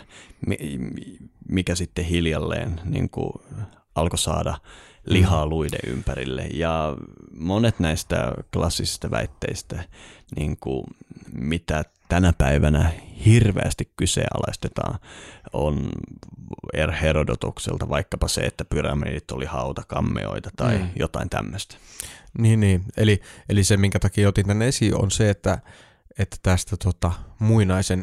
mikä sitten hiljalleen niin kuin alkoi saada lihaa luiden ympärille. Ja monet näistä klassisista väitteistä, niin kuin mitä tänä päivänä hirveästi kyseenalaistetaan, on Herodotukselta vaikkapa se, että pyramidit oli hautakammeoita tai jotain tämmöistä. Niin. Eli se, minkä takia otin tänne esiin, on se, että tästä muinaisen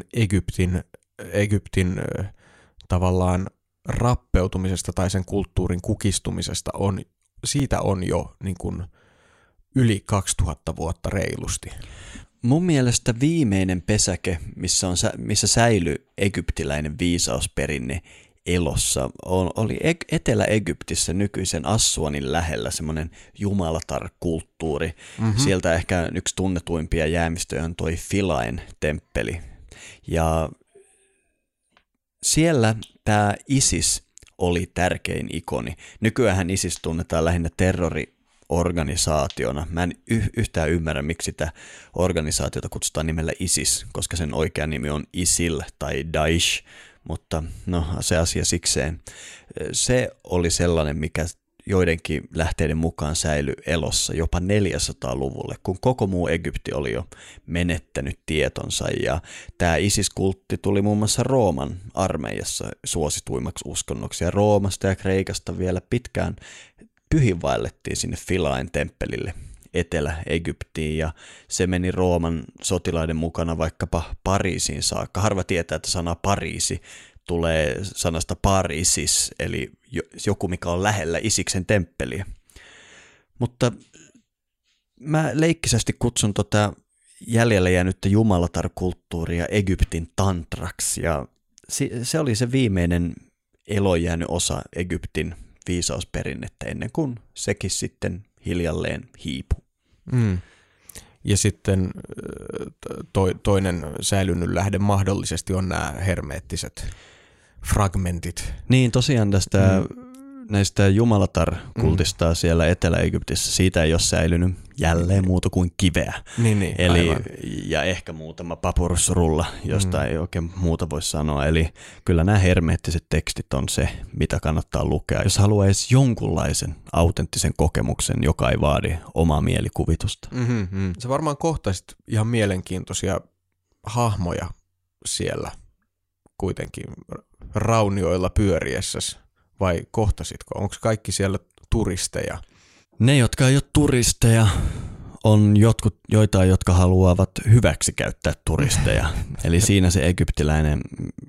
Egyptin tavallaan rappeutumisesta tai sen kulttuurin kukistumisesta siitä on jo niin kuin yli 2000 vuotta reilusti. Mun mielestä viimeinen pesäke, missä säilyi egyptiläinen viisausperinne oli Etelä-Egyptissä nykyisen Assuanin lähellä semmoinen jumalatar-kulttuuri. Sieltä ehkä yksi tunnetuimpia jäämistöjä on toi Philaen temppeli. Ja siellä tämä ISIS oli tärkein ikoni. Nykyään ISIS tunnetaan lähinnä organisaationa. Mä en yhtään ymmärrä, miksi sitä organisaatiota kutsutaan nimellä ISIS, koska sen oikea nimi on ISIL tai Daesh, mutta no se asia sikseen. Se oli sellainen, mikä joidenkin lähteiden mukaan säilyi elossa jopa 400-luvulle, kun koko muu Egypti oli jo menettänyt tietonsa, ja tämä ISIS-kultti tuli muun muassa Rooman armeijassa suosituimmaksi uskonnoksi, ja Roomasta ja Kreikasta vielä pitkään pyhinvaellettiin sinne Philaen temppelille Etelä-Egyptiin, ja se meni Rooman sotilaiden mukana vaikkapa Pariisiin saakka. Harva tietää, että sana Pariisi tulee sanasta Parisis, eli joku, mikä on lähellä Isiksen temppeliä. Mutta mä leikkisästi kutsun jäljellä jäänyttä jumalatar-kulttuuria Egyptin tantraksi, ja se oli se viimeinen elojäänyt osa Egyptin viisausperinnettä ennen kuin sekin sitten hiljalleen hiipui. Ja sitten toinen säilynyt lähde mahdollisesti on nämä hermeettiset fragmentit. Niin, tosiaan näistä jumalatar-kultista siellä Etelä-Egyptissä, siitä ei ole säilynyt jälleen muuta kuin kiveä. Niin, eli, ja ehkä muutama papyrusrulla, josta ei oikein muuta voi sanoa. Eli kyllä nämä hermeettiset tekstit on se, mitä kannattaa lukea, jos haluaa edes jonkunlaisen autenttisen kokemuksen, joka ei vaadi omaa mielikuvitusta. Sä varmaan kohtaisit ihan mielenkiintoisia hahmoja siellä kuitenkin raunioilla pyöriessäsi. Vai kohtasitko? Onko kaikki siellä turisteja? Ne, jotka ei ole turisteja, on joitain, jotka haluavat hyväksi käyttää turisteja. Eli siinä se egyptiläinen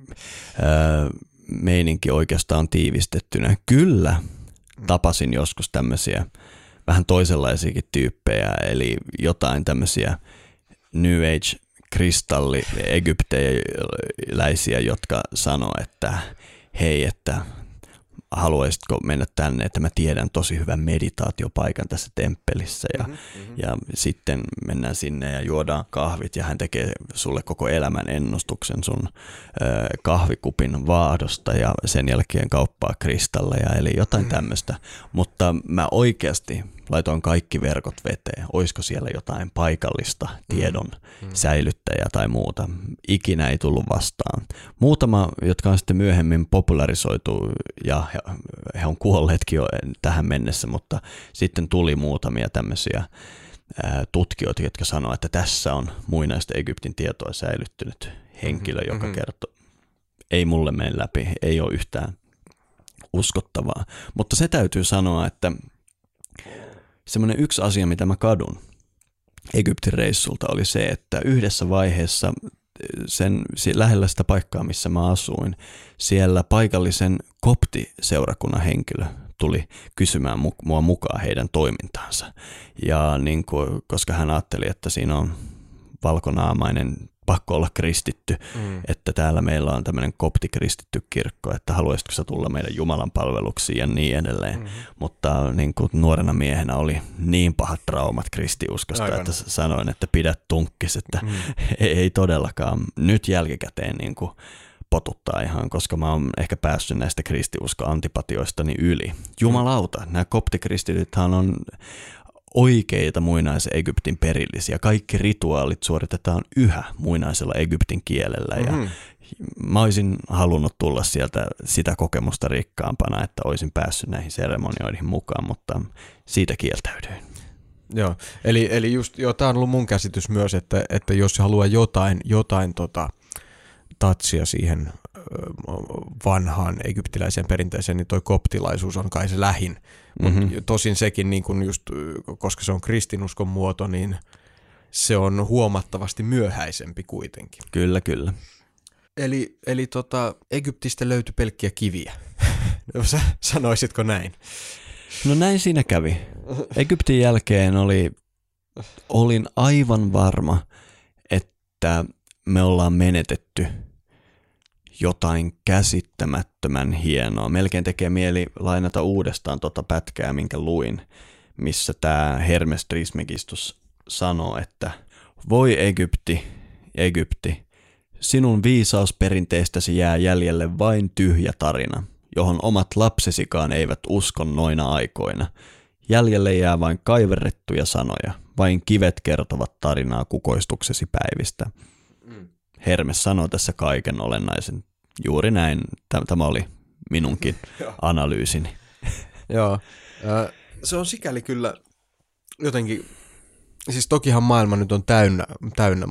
meininki oikeastaan on tiivistettynä. Kyllä, tapasin joskus tämmöisiä vähän toisenlaisiakin tyyppejä, eli jotain tämmöisiä New Age kristalli-egypteläisiä, jotka sanoo, että hei, että haluaisitko mennä tänne, että mä tiedän tosi hyvän meditaatiopaikan tässä temppelissä ja sitten mennään sinne ja juodaan kahvit ja hän tekee sulle koko elämän ennustuksen sun kahvikupin vaahdosta ja sen jälkeen kauppaa kristalleja, eli jotain tämmöistä, mutta mä oikeasti laitoin kaikki verkot veteen. Olisiko siellä jotain paikallista tiedon säilyttäjää tai muuta? Ikinä ei tullut vastaan. Muutama, jotka on sitten myöhemmin popularisoitu ja he on kuolleetkin jo tähän mennessä, mutta sitten tuli muutamia tämmöisiä tutkijoita, jotka sanoo, että tässä on muinaista Egyptin tietoa säilyttynyt henkilö, joka kertoo. Ei mulle mene läpi, ei ole yhtään uskottavaa. Mutta se täytyy sanoa, että semmoinen yksi asia, mitä mä kadun Egyptin reissulta oli se, että yhdessä vaiheessa lähellä sitä paikkaa, missä mä asuin, siellä paikallisen koptiseurakunnan henkilö tuli kysymään mua mukaan heidän toimintaansa. Ja niin kuin, koska hän ajatteli, että siinä on valkonaamainen pakko olla kristitty, että täällä meillä on tämmöinen koptikristitty kirkko, että haluaisitko sä tulla meidän Jumalan palveluksiin ja niin edelleen. Mutta niin kuin nuorena miehenä oli niin pahat traumat kristiuskosta, että sanoin, että pidä tunkkis, että ei todellakaan. Nyt jälkikäteen niin kuin potuttaa ihan, koska mä oon ehkä päässyt näistä kristiusko-antipatioistani yli. Jumalauta, nämä koptikristitythän on oikeita muinaisen Egyptin perillisiä. Kaikki rituaalit suoritetaan yhä muinaisella Egyptin kielellä ja mä olisin halunnut tulla sieltä sitä kokemusta rikkaampana, että olisin päässyt näihin seremonioihin mukaan, mutta siitä kieltäydyin. Joo, eli just tämä on ollut mun käsitys myös, että jos haluaa jotain tatsia siihen vanhaan egyptiläiseen perinteeseen, niin toi koptilaisuus on kai se lähin. Tosin sekin, niin kun just, koska se on kristinuskon muoto, niin se on huomattavasti myöhäisempi kuitenkin. Kyllä, kyllä. Eli Egyptistä löytyi pelkkiä kiviä. Sanoisitko näin? No näin siinä kävi. Egyptin jälkeen olin aivan varma, että me ollaan menetetty jotain käsittämättömän hienoa. Melkein tekee mieli lainata uudestaan pätkää, minkä luin, missä tämä Hermes Trismegistus sanoo, että voi Egypti, sinun viisausperinteestäsi jää jäljelle vain tyhjä tarina, johon omat lapsesikaan eivät usko noina aikoina. Jäljelle jää vain kaiverrettuja sanoja, vain kivet kertovat tarinaa kukoistuksesi päivistä. Hermes sanoo tässä kaiken olennaisen. Juuri näin, tämä oli minunkin analyysini. Joo, se on sikäli kyllä jotenkin, siis tokihan maailma nyt on täynnä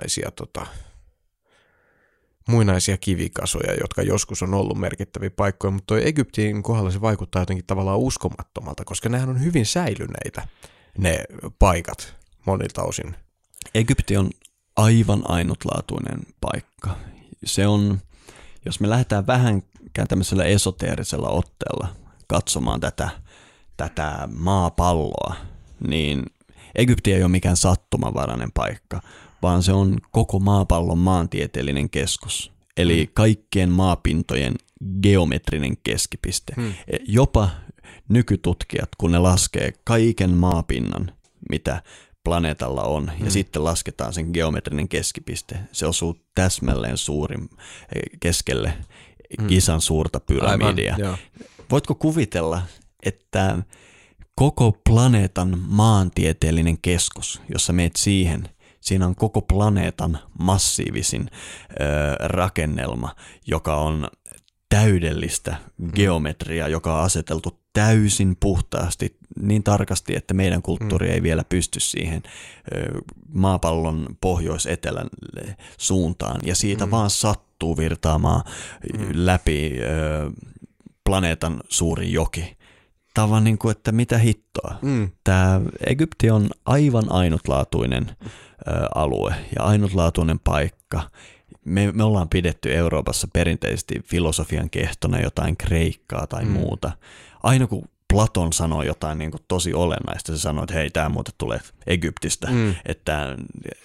muinaisia kivikasoja, jotka joskus on ollut merkittäviä paikkoja, mutta toi Egyptin kohdalla se vaikuttaa jotenkin tavallaan uskomattomalta, koska nehän on hyvin säilyneitä, ne paikat monilta osin. Egypti on aivan ainutlaatuinen paikka. Se on, jos me lähdetään vähänkään tämmöisellä esoteerisella otteella katsomaan tätä maapalloa, niin Egypti ei ole mikään sattumanvarainen paikka, vaan se on koko maapallon maantieteellinen keskus, eli kaikkien maapintojen geometrinen keskipiste. Jopa nykytutkijat, kun ne laskee kaiken maapinnan, mitä planeetalla on, ja sitten lasketaan sen geometrinen keskipiste, se osuu täsmälleen suurin keskelle Gisan suurta pyramidia. Aivan, voitko kuvitella, että koko planeetan maantieteellinen keskus, jossa meet siinä on koko planeetan massiivisin rakennelma, joka on täydellistä geometriaa, joka on aseteltu täysin puhtaasti, niin tarkasti, että meidän kulttuuri ei vielä pysty siihen maapallon pohjois-etelän suuntaan, ja siitä vaan sattuu virtaamaan läpi planeetan suuri joki. Tämä on vaan niin kuin, että mitä hittoa. Tämä Egypti on aivan ainutlaatuinen alue ja ainutlaatuinen paikka. Me ollaan pidetty Euroopassa perinteisesti filosofian kehtona jotain Kreikkaa tai muuta. Aina kun Platon sanoo jotain niin kuin tosi olennaista, se sanoo, että hei, tämä muuten tulee Egyptistä. Että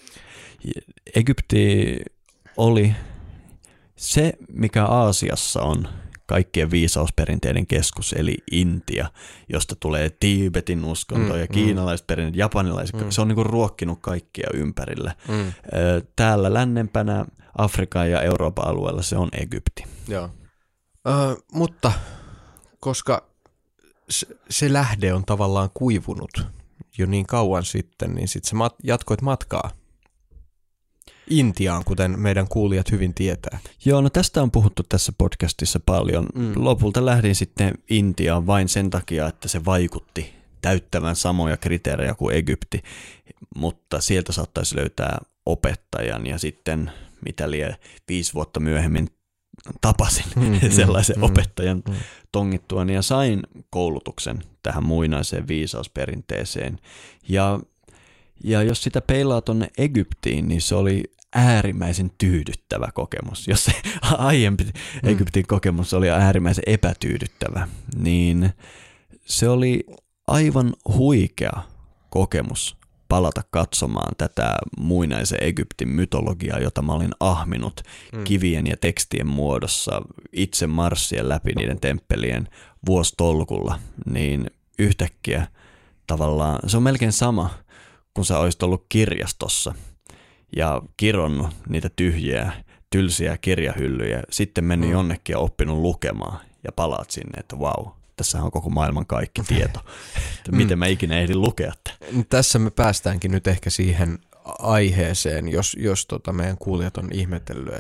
Egypti oli se, mikä Aasiassa on kaikkien viisausperinteiden keskus, eli Intia, josta tulee Tiibetin uskonto ja kiinalaiset perinteet, japanilaiset, se on niin kuin ruokkinut kaikkia ympärillä. Täällä lännempänä Afrikan ja Euroopan alueella se on Egypti. Joo. Mutta koska se lähde on tavallaan kuivunut jo niin kauan sitten, niin sitten sä jatkoit matkaa Intiaan, kuten meidän kuulijat hyvin tietää. Joo, no tästä on puhuttu tässä podcastissa paljon. Lopulta lähdin sitten Intiaan vain sen takia, että se vaikutti täyttävän samoja kriteerejä kuin Egypti, mutta sieltä saattaisi löytää opettajan, ja sitten mitä lie 5 vuotta myöhemmin tapasin sellaisen opettajan tongittuani ja sain koulutuksen tähän muinaiseen viisausperinteeseen. Ja jos sitä peilaa tuonne Egyptiin, niin se oli äärimmäisen tyydyttävä kokemus. Jos se aiempi Egyptin kokemus oli äärimmäisen epätyydyttävä, niin se oli aivan huikea kokemus palata katsomaan tätä muinaisen Egyptin mytologiaa, jota mä olin ahminut kivien ja tekstien muodossa itse marssien läpi niiden temppelien vuositolkulla, niin yhtäkkiä tavallaan se on melkein sama, kun sä olisit ollut kirjastossa ja kironnut niitä tyhjiä, tylsiä kirjahyllyjä, sitten mennyt jonnekin ja oppinut lukemaan ja palaat sinne, että vau, tässä on koko maailman kaikki tieto, että miten mä ikinä ehdin lukea. Tässä me päästäänkin nyt ehkä siihen aiheeseen, jos meidän kuulijat on ihmetellyt,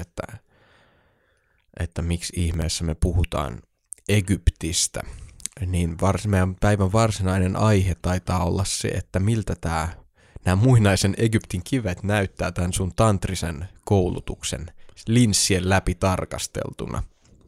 että miksi ihmeessä me puhutaan Egyptistä, niin meidän päivän varsinainen aihe taitaa olla se, että miltä nämä muinaisen Egyptin kivet näyttää tämän sun tantrisen koulutuksen linssien läpi tarkasteltuna.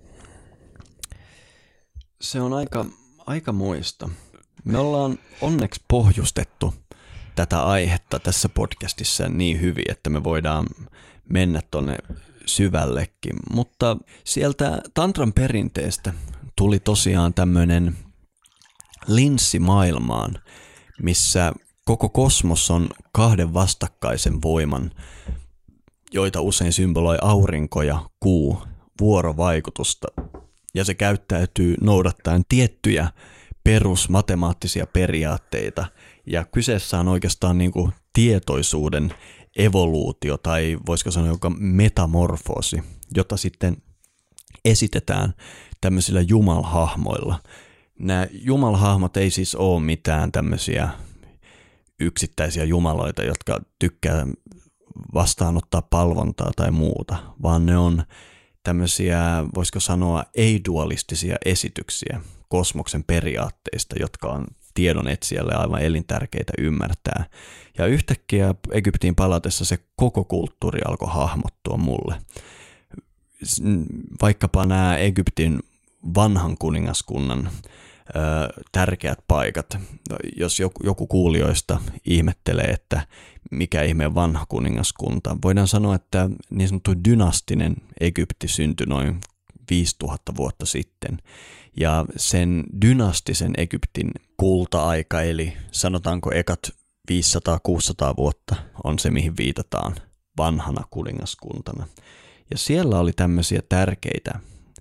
Se on aika muista. Me ollaan onneksi pohjustettu tätä aihetta tässä podcastissa niin hyvin, että me voidaan mennä tonne syvällekin. Mutta sieltä tantran perinteestä tuli tosiaan tämmöinen linssi maailmaan, missä koko kosmos on 2 vastakkaisen voiman, joita usein symboloi aurinko ja kuu, vuorovaikutusta. Ja se käyttäytyy noudattaen tiettyjä perusmatemaattisia periaatteita. Ja kyseessä on oikeastaan niin kuin tietoisuuden evoluutio tai voisiko sanoa joka metamorfoosi, jota sitten esitetään tämmöisillä jumalhahmoilla. nämä jumalahahmot ei siis ole mitään tämmöisiä yksittäisiä jumaloita, jotka tykkää vastaanottaa palvontaa tai muuta, vaan ne on tämmöisiä, voisiko sanoa, ei-dualistisia esityksiä kosmoksen periaatteista, jotka on tiedon etsijälle aivan elintärkeitä ymmärtää. Ja yhtäkkiä Egyptiin palatessa se koko kulttuuri alkoi hahmottua mulle. Vaikkapa nämä Egyptin vanhan kuningaskunnan tärkeät paikat. Jos joku kuulijoista ihmettelee, että mikä ihmeen vanha kuningaskunta, voidaan sanoa, että niin sanottu dynastinen Egypti syntyi noin 5000 vuotta sitten. Ja sen dynastisen Egyptin kulta-aika, eli sanotaanko ekat 500-600 vuotta, on se, mihin viitataan vanhana kuningaskuntana. Ja siellä oli tämmöisiä tärkeitä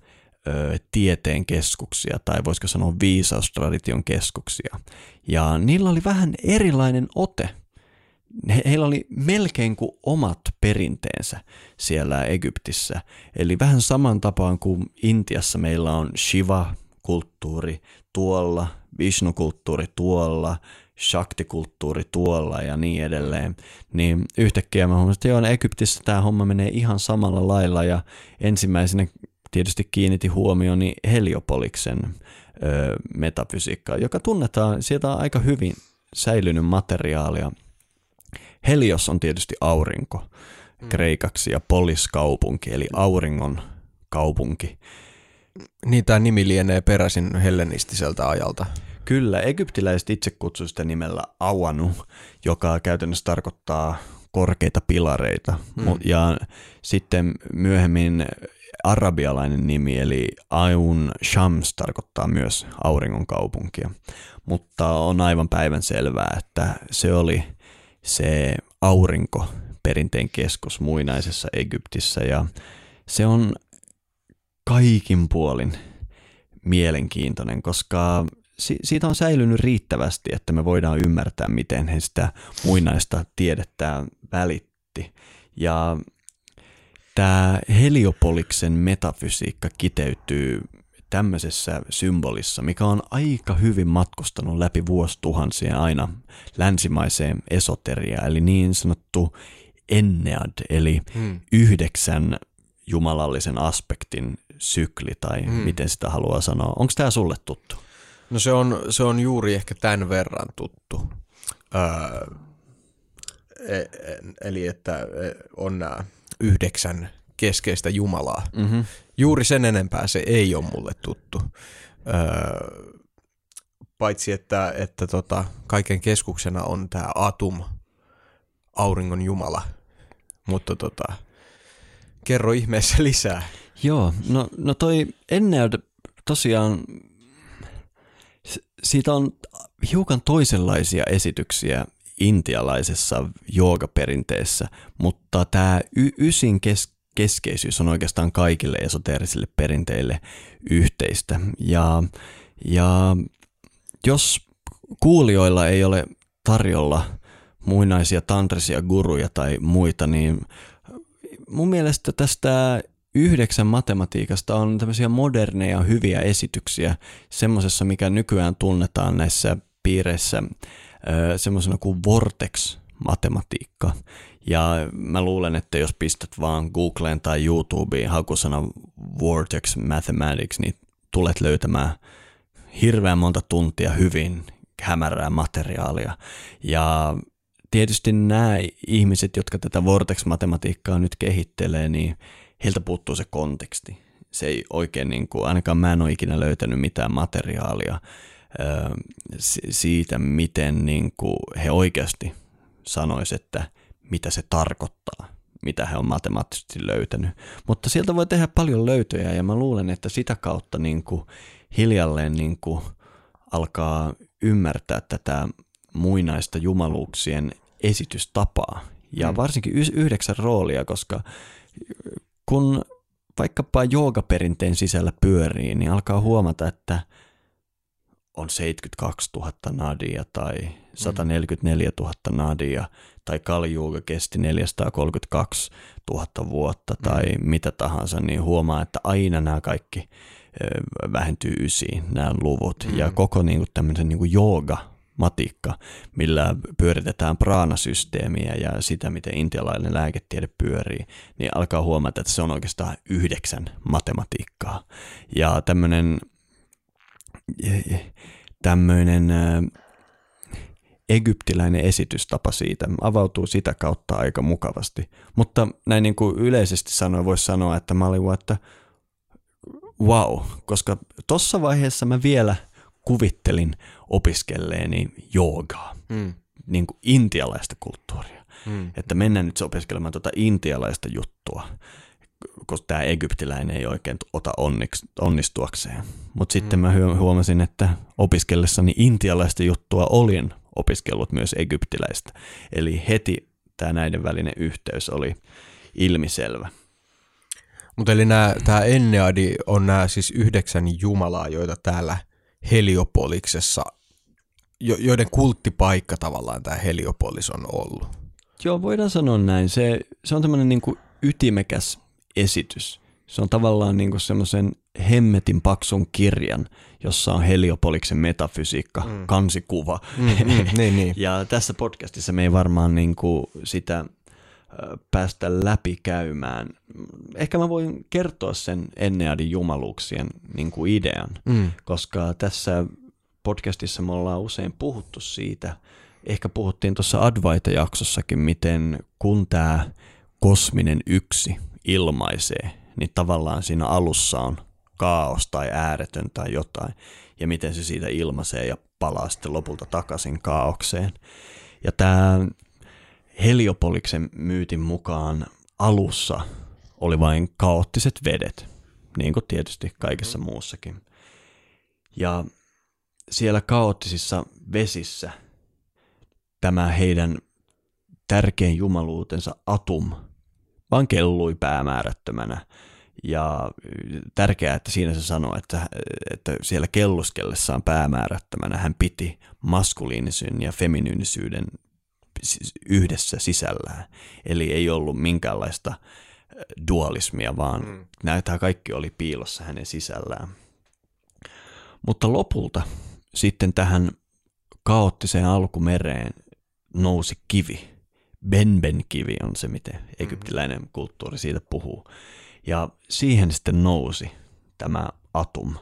tieteen keskuksia, tai voisiko sanoa viisaustradition keskuksia. Ja niillä oli vähän erilainen ote. Heillä oli melkein kuin omat perinteensä siellä Egyptissä. Eli vähän saman tapaan kuin Intiassa meillä on Shiva-kulttuuri tuolla, Vishnu-kulttuuri tuolla, Shakti-kulttuuri tuolla ja niin edelleen. Niin yhtäkkiä mä huomasin, että joo, Egyptissä tämä homma menee ihan samalla lailla, ja ensimmäisenä tietysti kiinnitti huomioni Heliopoliksen metafysiikkaa, joka tunnetaan, sieltä on aika hyvin säilynyt materiaalia. Helios on tietysti aurinko kreikaksi ja polis kaupunki, eli auringon kaupunki. Niin, tämä nimi lienee peräisin hellenistiseltä ajalta. Kyllä, egyptiläiset itse kutsuu sitä nimellä Auanu, joka käytännössä tarkoittaa korkeita pilareita. Ja sitten myöhemmin arabialainen nimi, eli Aun Shams, tarkoittaa myös auringon kaupunkia. Mutta on aivan päivänselvää, että se oli se aurinko perinteen keskus muinaisessa Egyptissä, ja se on kaikin puolin mielenkiintoinen, koska siitä on säilynyt riittävästi, että me voidaan ymmärtää, miten he sitä muinaista tiedettä välitti. Ja tämä Heliopoliksen metafysiikka kiteytyy tämmöisessä symbolissa, mikä on aika hyvin matkustanut läpi vuosituhansien aina länsimaiseen esoteriaan, eli niin sanottu Ennead, eli 9 jumalallisen aspektin sykli, tai miten sitä haluaa sanoa. Onko tämä sulle tuttu? No se on juuri ehkä tämän verran tuttu. Eli että on nämä 9 keskeistä jumalaa. Mm-hmm. Juuri sen enempää se ei ole mulle tuttu. Paitsi että kaiken keskuksena on tämä Atum, auringon jumala. Mutta kerro ihmeessä lisää. Joo, no toi Ennead tosiaan, siitä on hiukan toisenlaisia esityksiä intialaisessa joogaperinteessä, mutta tämä ysin keskeisyys on oikeastaan kaikille esoteerisille perinteille yhteistä. Ja jos kuulijoilla ei ole tarjolla muinaisia tantrisia guruja tai muita, niin mun mielestä tästä 9 matematiikasta on tämmöisiä moderneja hyviä esityksiä semmoisessa, mikä nykyään tunnetaan näissä piireissä semmoisena kuin vortex-matematiikka. Ja mä luulen, että jos pistät vaan Googleen tai YouTubeen hakusana vortex mathematics, niin tulet löytämään hirveän monta tuntia hyvin hämärää materiaalia. Ja tietysti nämä ihmiset, jotka tätä vortex-matematiikkaa nyt kehittelee, niin heiltä puuttuu se konteksti. Se ei oikein, ainakaan mä en ole ikinä löytänyt mitään materiaalia siitä, miten he oikeasti sanoisivat, että mitä se tarkoittaa, mitä he on matemaattisesti löytänyt. Mutta sieltä voi tehdä paljon löytöjä, ja mä luulen, että sitä kautta hiljalleen alkaa ymmärtää tätä muinaista jumaluuksien esitystapaa. Ja varsinkin 9 roolia, koska kun vaikkapa joogaperinteen sisällä pyörii, niin alkaa huomata, että on 72 000 nadia tai 144 000 nadia tai Kali-juuga kesti 432 000 vuotta tai mitä tahansa, niin huomaa, että aina nämä kaikki vähentyy 9 nämä luvut. Ja koko niin kuin tämmöisen niin kuin jooga-matikka, millä pyöritetään praanasysteemiä ja sitä, miten intialainen lääketiede pyörii, niin alkaa huomata, että se on oikeastaan 9 matematiikkaa. Ja tämmöinen egyptiläinen esitystapa siitä avautuu sitä kautta aika mukavasti. Mutta näin niin kuin yleisesti sanoen voisi sanoa, että mä olin että wow, koska tuossa vaiheessa mä vielä kuvittelin opiskelleeni joogaa, niin kuin intialaista kulttuuria. Että mennään nyt opiskelemaan tuota intialaista juttua, koska tämä egyptiläinen ei oikein ota onnistuakseen. Mutta sitten mä huomasin, että opiskellessani intialaista juttua olin opiskellut myös egyptiläistä. Eli heti tämä näiden välinen yhteys oli ilmiselvä. Mutta eli tämä Enneadi on nämä siis 9 jumalaa, joita täällä Heliopoliksessa, joiden kulttipaikka tavallaan tämä Heliopolis on ollut. Joo, voidaan sanoa näin. Se on tämmöinen niin kuin ytimekäs esitys. Se on tavallaan niin kuin semmoisen hemmetin paksun kirjan, jossa on Heliopoliksen metafysiikka, kansikuva. Niin. Ja tässä podcastissa me ei varmaan niin kuin sitä päästä läpikäymään. Ehkä mä voin kertoa sen Enneadin jumaluuksien niin kuin idean, koska tässä podcastissa me ollaan usein puhuttu siitä, ehkä puhuttiin tuossa Advaita-jaksossakin, miten kun tämä kosminen yksi ilmaisee, niin tavallaan siinä alussa on kaos tai ääretön tai jotain, ja miten se siitä ilmaisee ja palaa sitten lopulta takaisin kaaukseen. Ja tämä Heliopoliksen myytin mukaan alussa oli vain kaoottiset vedet, niin kuin tietysti kaikessa muussakin. Ja siellä kaoottisissa vesissä tämä heidän tärkein jumaluutensa Atum vaan kellui päämäärättömänä. Ja tärkeää, että siinä se sanoo, että siellä kelluskellessaan päämäärättömänä hän piti maskuliinisyyden ja feminyynisyyden yhdessä sisällään. Eli ei ollut minkäänlaista dualismia, vaan tämä kaikki oli piilossa hänen sisällään. Mutta lopulta sitten tähän kaoottiseen alkumereen nousi kivi. Benben-kivi on se, miten egyptiläinen kulttuuri siitä puhuu. Ja siihen sitten nousi tämä Atum.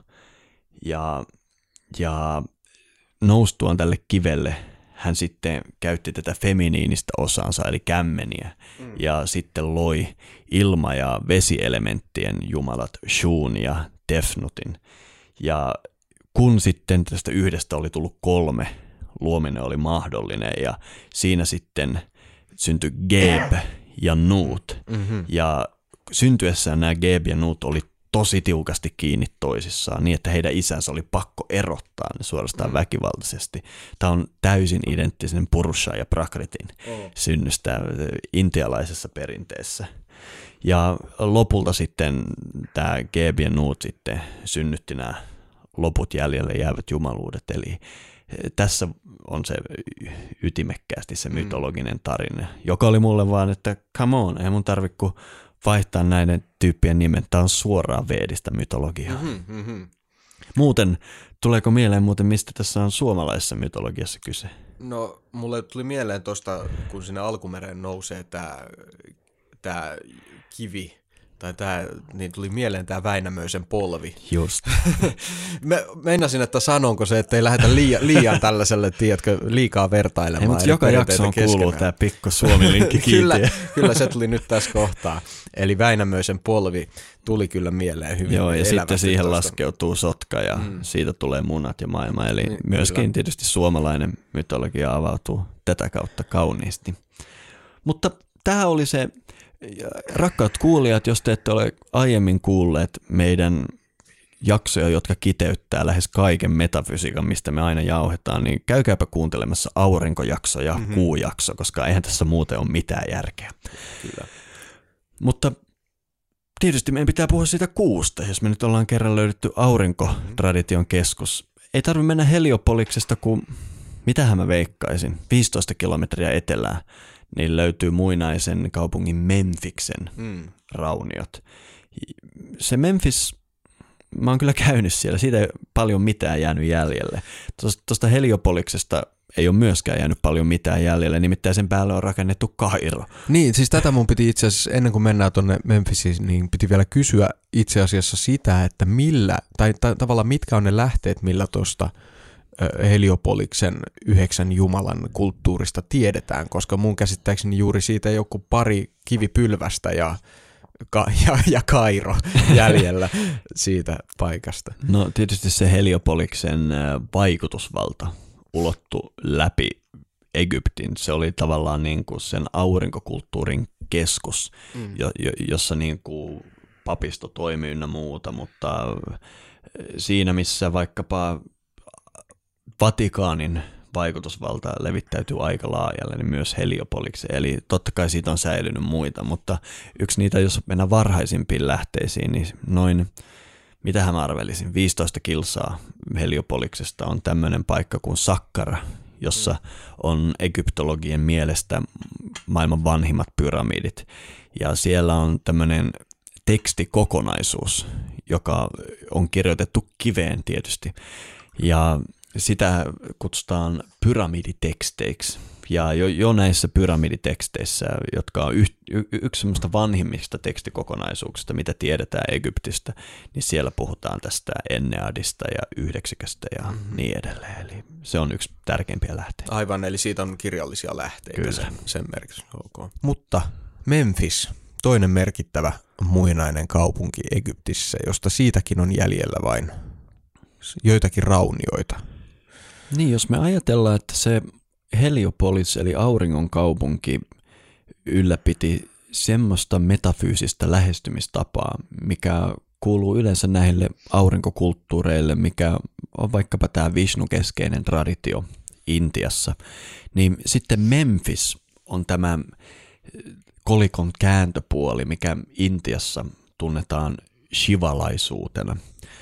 Ja noustuaan tälle kivelle hän sitten käytti tätä feminiinistä osaansa, eli kämmeniä, ja sitten loi ilma- ja vesielementtien jumalat Shun ja Tefnutin. Ja kun sitten tästä yhdestä oli tullut 3, luominen oli mahdollinen, ja siinä sitten syntyi Geb ja Nut. Ja syntyessään nämä Geb ja Nut oli tosi tiukasti kiinni toisissaan, niin että heidän isänsä oli pakko erottaa ne suorastaan väkivaltaisesti. Tämä on täysin identtinen Purusha ja Prakritin synnystä intialaisessa perinteessä. Ja lopulta sitten tämä Geb ja Nut sitten synnytti nämä loput jäljelle jäävät jumaluudet, eli tässä on se ytimekkäästi se mytologinen tarina, joka oli mulle vaan, että come on, ei mun tarvitse kuin vaihtaa näiden tyyppien nimen. Tämä on suoraan veedistä mytologiaa. Muuten, tuleeko mieleen mistä tässä on suomalaisessa mytologiassa kyse? No, mulle tuli mieleen tuosta, kun sinne alkumereen nousee tämä kivi, niin tuli mieleen tämä Väinämöisen polvi. Just. Meinasin, että sanonko se, että ei lähdetä liian tällaiselle, tiedätkö, liikaa vertailemaan. Mutta joka jaksoon kuuluu tämä pikku Suomi-linkki kyllä se tuli nyt tässä kohtaa. Eli Väinämöisen polvi tuli kyllä mieleen hyvin. Joo, ja sitten siihen laskeutuu sotka ja siitä tulee munat ja maailma. Eli myöskin kyllä. Tietysti suomalainen mytologia avautuu tätä kautta kauniisti. Mutta tämä oli se. Rakkaat kuulijat, jos te ette ole aiemmin kuulleet meidän jaksoja, jotka kiteyttää lähes kaiken metafysiikan, mistä me aina jauhetaan, niin käykääpä kuuntelemassa aurinkojakso ja kuujakso, koska eihän tässä muuten ole mitään järkeä. Kyllä. Mutta tietysti meidän pitää puhua siitä kuusta, jos me nyt ollaan kerran löydetty aurinkotradition keskus. Ei tarvitse mennä Heliopoliksesta, kun mitähän mä veikkaisin, 15 kilometriä etelään. Niin löytyy muinaisen kaupungin Memphisin rauniot. Se Memphis mä oon kyllä käynyt siellä, siitä ei paljon mitään jäänyt jäljelle. Tuosta Heliopoliksesta ei ole myöskään jäänyt paljon mitään jäljelle, nimittäin sen päälle on rakennettu Kairo. Niin, siis tätä mun piti itse asiassa, ennen kuin mennään tuonne Memphisiin, niin piti vielä kysyä itse asiassa sitä, että tai tavallaan mitkä on ne lähteet, millä tuosta Heliopoliksen 9 jumalan kulttuurista tiedetään, koska mun käsittääkseni juuri siitä joku pari kivipylvästä ja Kairo jäljellä siitä paikasta. No tietysti se Heliopoliksen vaikutusvalta ulottui läpi Egyptin. Se oli tavallaan niin kuin sen aurinkokulttuurin keskus, jossa niin kuin papisto toimi ynnä muuta, mutta siinä missä vaikkapa Vatikaanin vaikutusvalta levittäytyy aika laajalle, niin myös Heliopolikseen. Eli totta kai siitä on säilynyt muita, mutta yksi niitä, jos mennään varhaisimpiin lähteisiin, niin noin, mitähän mä arvelisin, 15 kilsaa Heliopoliksesta on tämmöinen paikka kuin Sakkara, jossa on egyptologien mielestä maailman vanhimmat pyramidit. Ja siellä on tämmöinen tekstikokonaisuus, joka on kirjoitettu kiveen tietysti. Ja sitä kutsutaan pyramiditeksteiksi. Ja jo näissä pyramiditeksteissä, jotka on yksi semmoista vanhimmista tekstikokonaisuuksista, mitä tiedetään Egyptistä, niin siellä puhutaan tästä Enneadista ja Yhdeksiköstä ja niin edelleen. Eli se on yksi tärkeimpiä lähteitä. Aivan, eli siitä on kirjallisia lähteitä sen merkitys. Okay. Mutta Memphis, toinen merkittävä muinainen kaupunki Egyptissä, josta siitäkin on jäljellä vain joitakin raunioita. Niin, jos me ajatellaan, että se Heliopolis eli auringon kaupunki ylläpiti semmoista metafyysistä lähestymistapaa, mikä kuuluu yleensä näille aurinkokulttuureille, mikä on vaikkapa tämä Vishnu-keskeinen traditio Intiassa, niin sitten Memphis on tämä kolikon kääntöpuoli, mikä Intiassa tunnetaan shivalaisuutena.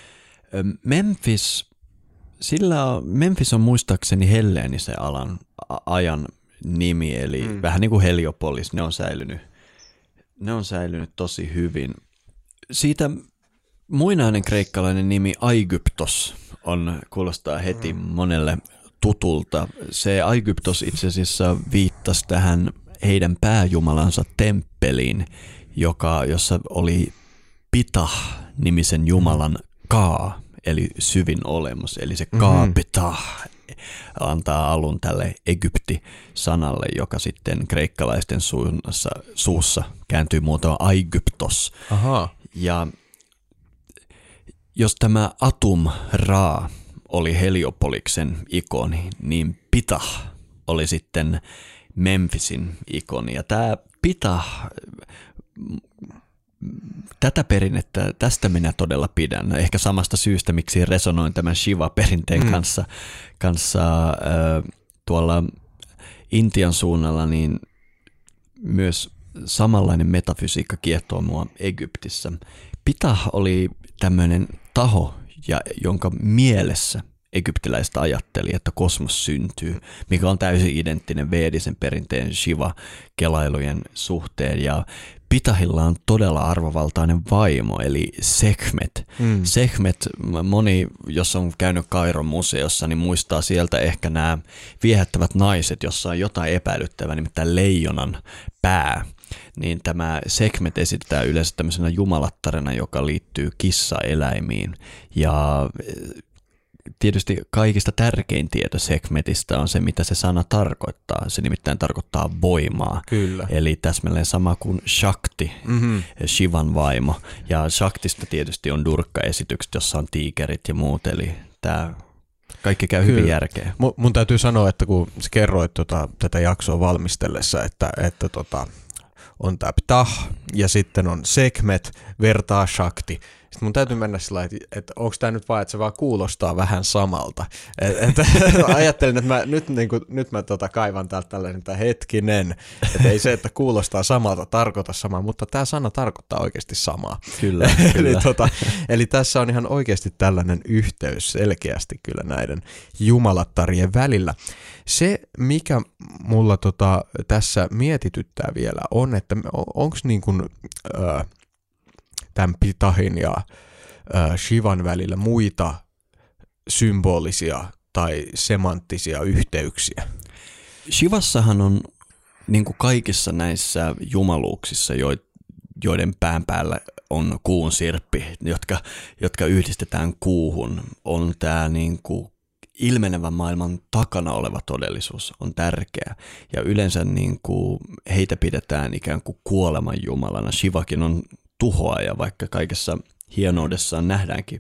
Memphis on muistaakseni helleenisen ajan nimi, eli vähän niin kuin Heliopolis, ne on säilynyt tosi hyvin. Siitä muinainen kreikkalainen nimi Aigyptos kuulostaa heti monelle tutulta. Se Aigyptos itse asiassa viittasi tähän heidän pääjumalansa temppeliin, jossa oli Pitah-nimisen jumalan Kaa, eli syvin olemus. Eli se Ka-Pitah antaa alun tälle Egypti-sanalle, joka sitten kreikkalaisten suussa kääntyy muotoon Aigyptos. Aha. Ja jos tämä Atum Ra oli Heliopoliksen ikoni, niin Pitah oli sitten Memphisin ikoni. Ja tämä Pitah, tätä perinnettä, tästä minä todella pidän. Ehkä samasta syystä, miksi resonoin tämän Shiva-perinteen kanssa tuolla Intian suunnalla, niin myös samanlainen metafysiikka kiehtoo mua Egyptissä. Pitah oli tämmöinen taho, jonka mielessä egyptiläistä ajatteli, että kosmos syntyy, mikä on täysin identtinen veedisen perinteen Shiva-kelailujen suhteen. Ja Pitahilla on todella arvovaltainen vaimo, eli Sekhmet. Sekhmet, moni, jos on käynyt Kairon museossa, niin muistaa sieltä ehkä nämä viehättävät naiset, jossa on jotain epäilyttävää, nimittäin leijonan pää. Niin tämä Sekhmet esitetään yleensä tämmöisenä jumalattarena, joka liittyy kissaeläimiin. Ja tietysti kaikista tärkein tieto Sekhmetistä on se, mitä se sana tarkoittaa. Se nimittäin tarkoittaa voimaa. Kyllä. Eli täsmälleen sama kuin Shakti, Shivan vaimo. Ja Shaktista tietysti on Durga-esitykset, jossa on tiikerit ja muut. Eli tämä kaikki käy hyvin järkeä. Mun täytyy sanoa, että kun sä kerroit tätä jaksoa valmistellessa, että on tämä Ptah ja sitten on Sekhmet vertaa Shakti. Sitten mun täytyy mennä sillä lailla, että onko tämä nyt vaan, että se vaan kuulostaa vähän samalta. Ajattelin, että nyt mä kaivan täältä tällainen, että hetkinen, että ei se, että kuulostaa samalta, tarkoita samaa, mutta tämä sana tarkoittaa oikeasti samaa. Kyllä. Eli tässä on ihan oikeasti tällainen yhteys selkeästi kyllä näiden jumalattarien välillä. Se, mikä mulla tässä mietityttää vielä on, että onko niin kuin tämän Pitahin ja Shivan välillä muita symbolisia tai semanttisia yhteyksiä? Shivassahan on niin kuin kaikissa näissä jumaluuksissa, joiden pään päällä on kuun sirppi, jotka yhdistetään kuuhun, on tämä niin kuin ilmenevän maailman takana oleva todellisuus on tärkeä. Ja yleensä niin kuin heitä pidetään ikään kuin kuoleman jumalana. Shivakin on tuhoaja, vaikka kaikessa hienoudessaan nähdäänkin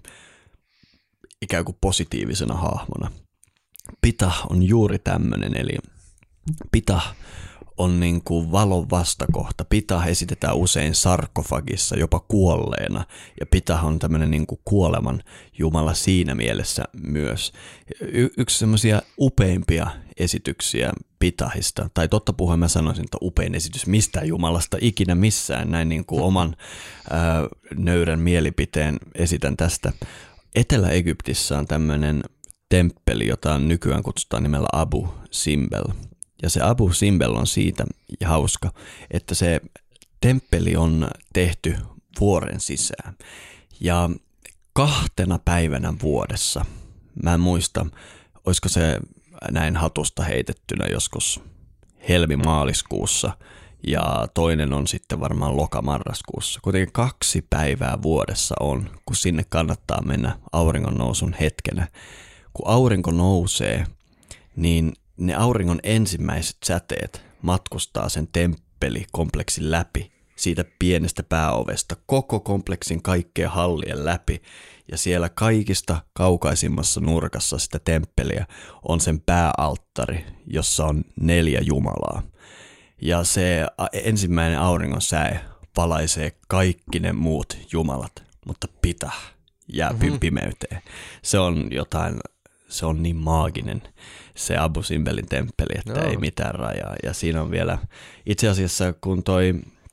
ikään kuin positiivisena hahmona. Pitah on juuri tämmöinen, eli Pitah on niin kuin valon vastakohta. Pitah esitetään usein sarkofagissa, jopa kuolleena, ja Pitah on tämmöinen niin kuin kuoleman jumala siinä mielessä myös. Yksi semmoisia upeimpia esityksiä Pitahista, tai totta puhuen mä sanoisin, että upein esitys mistään jumalasta ikinä missään, näin niin kuin oman nöyrän mielipiteen esitän tästä. Etelä-Egyptissä on tämmöinen temppeli, jota nykyään kutsutaan nimellä Abu Simbel. Ja se Abu Simbel on siitä hauska, että se temppeli on tehty vuoren sisään. Ja 2 päivänä vuodessa, mä en muista, olisiko se näin hatusta heitettynä joskus helmi-maaliskuussa ja toinen on sitten varmaan loka-marraskuussa. Kuitenkin 2 päivää vuodessa on, kun sinne kannattaa mennä auringon nousun hetkenä. Kun aurinko nousee, niin ne auringon ensimmäiset säteet matkustaa sen temppelikompleksin läpi siitä pienestä pääovesta koko kompleksin kaikkeen hallien läpi. Ja siellä kaikista kaukaisimmassa nurkassa sitä temppeliä on sen pääalttari, jossa on 4 jumalaa. Ja se ensimmäinen auringon säe valaisee kaikki ne muut jumalat, mutta Pitah jää pimeyteen. Se on jotain, se on niin maaginen se Abu Simbelin temppeli, että ei mitään rajaa. Ja siinä on vielä, itse asiassa kun toi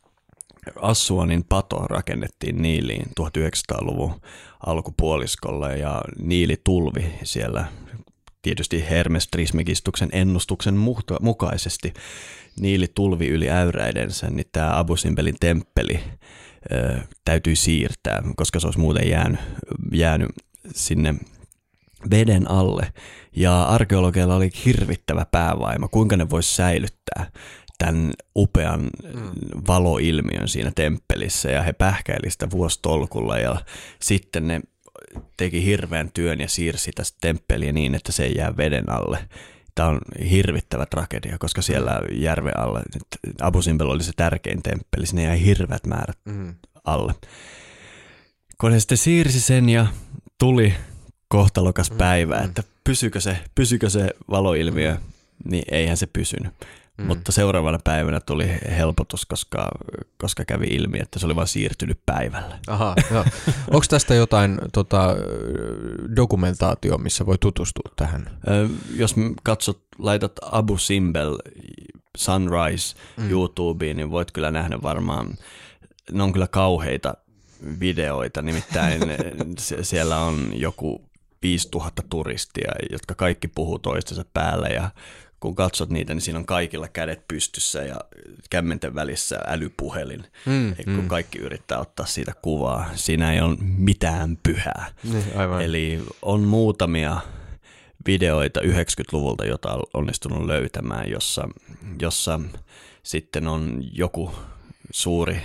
Assuanin pato rakennettiin Niiliin 1900-luvun alkupuoliskolla ja Niilitulvi siellä tietysti Hermes Trismegistuksen ennustuksen mukaisesti Niilitulvi yli äyräidensä, niin tämä Abu Simbelin temppeli täytyy siirtää, koska se olisi muuten jäänyt sinne veden alle. Ja arkeologeilla oli hirvittävä päävaima, kuinka ne voisi säilyttää tämän upean valoilmiön siinä temppelissä, ja he pähkäili sitä vuositolkulla, ja sitten ne teki hirveän työn ja siirsi tästä temppeliä niin, että se ei jää veden alle. Tämä on hirvittävä tragedia, koska siellä järven alle, Abu Simbel oli se tärkein temppeli, sinne jäi hirveät määrät alle. Kun he sitten siirsi sen ja tuli kohtalokas päivä, että pysykö se valoilmiö, niin eihän se pysynyt. Mutta seuraavana päivänä tuli helpotus, koska kävi ilmi, että se oli vain siirtynyt päivällä. Aha, joo. Onko tästä jotain dokumentaatio, missä voi tutustua tähän? Jos laitat Abu Simbel Sunrise YouTubeen, niin voit kyllä nähdä varmaan, ne on kyllä kauheita videoita, nimittäin siellä on joku 5000 turistia, jotka kaikki puhuu toistensa päälle, ja kun katsot niitä, niin siinä on kaikilla kädet pystyssä ja kämmenten välissä älypuhelin, kun kaikki yrittää ottaa siitä kuvaa. Siinä ei ole mitään pyhää. Aivan. Eli on muutamia videoita 90-luvulta, jota on onnistunut löytämään, jossa sitten on joku suuri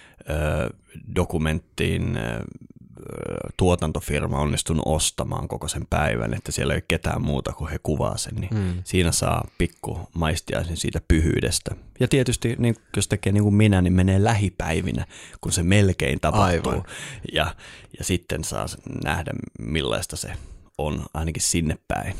dokumenttiin tuotantofirma onnistunut ostamaan koko sen päivän, että siellä ei ole ketään muuta kuin he kuvaa sen, niin siinä saa pikku maistiaisen siitä pyhyydestä. Ja tietysti niin, jos tekee niin kuin minä, niin menee lähipäivinä, kun se melkein tapahtuu. Aivan. Ja sitten saa nähdä, millaista se on ainakin sinne päin.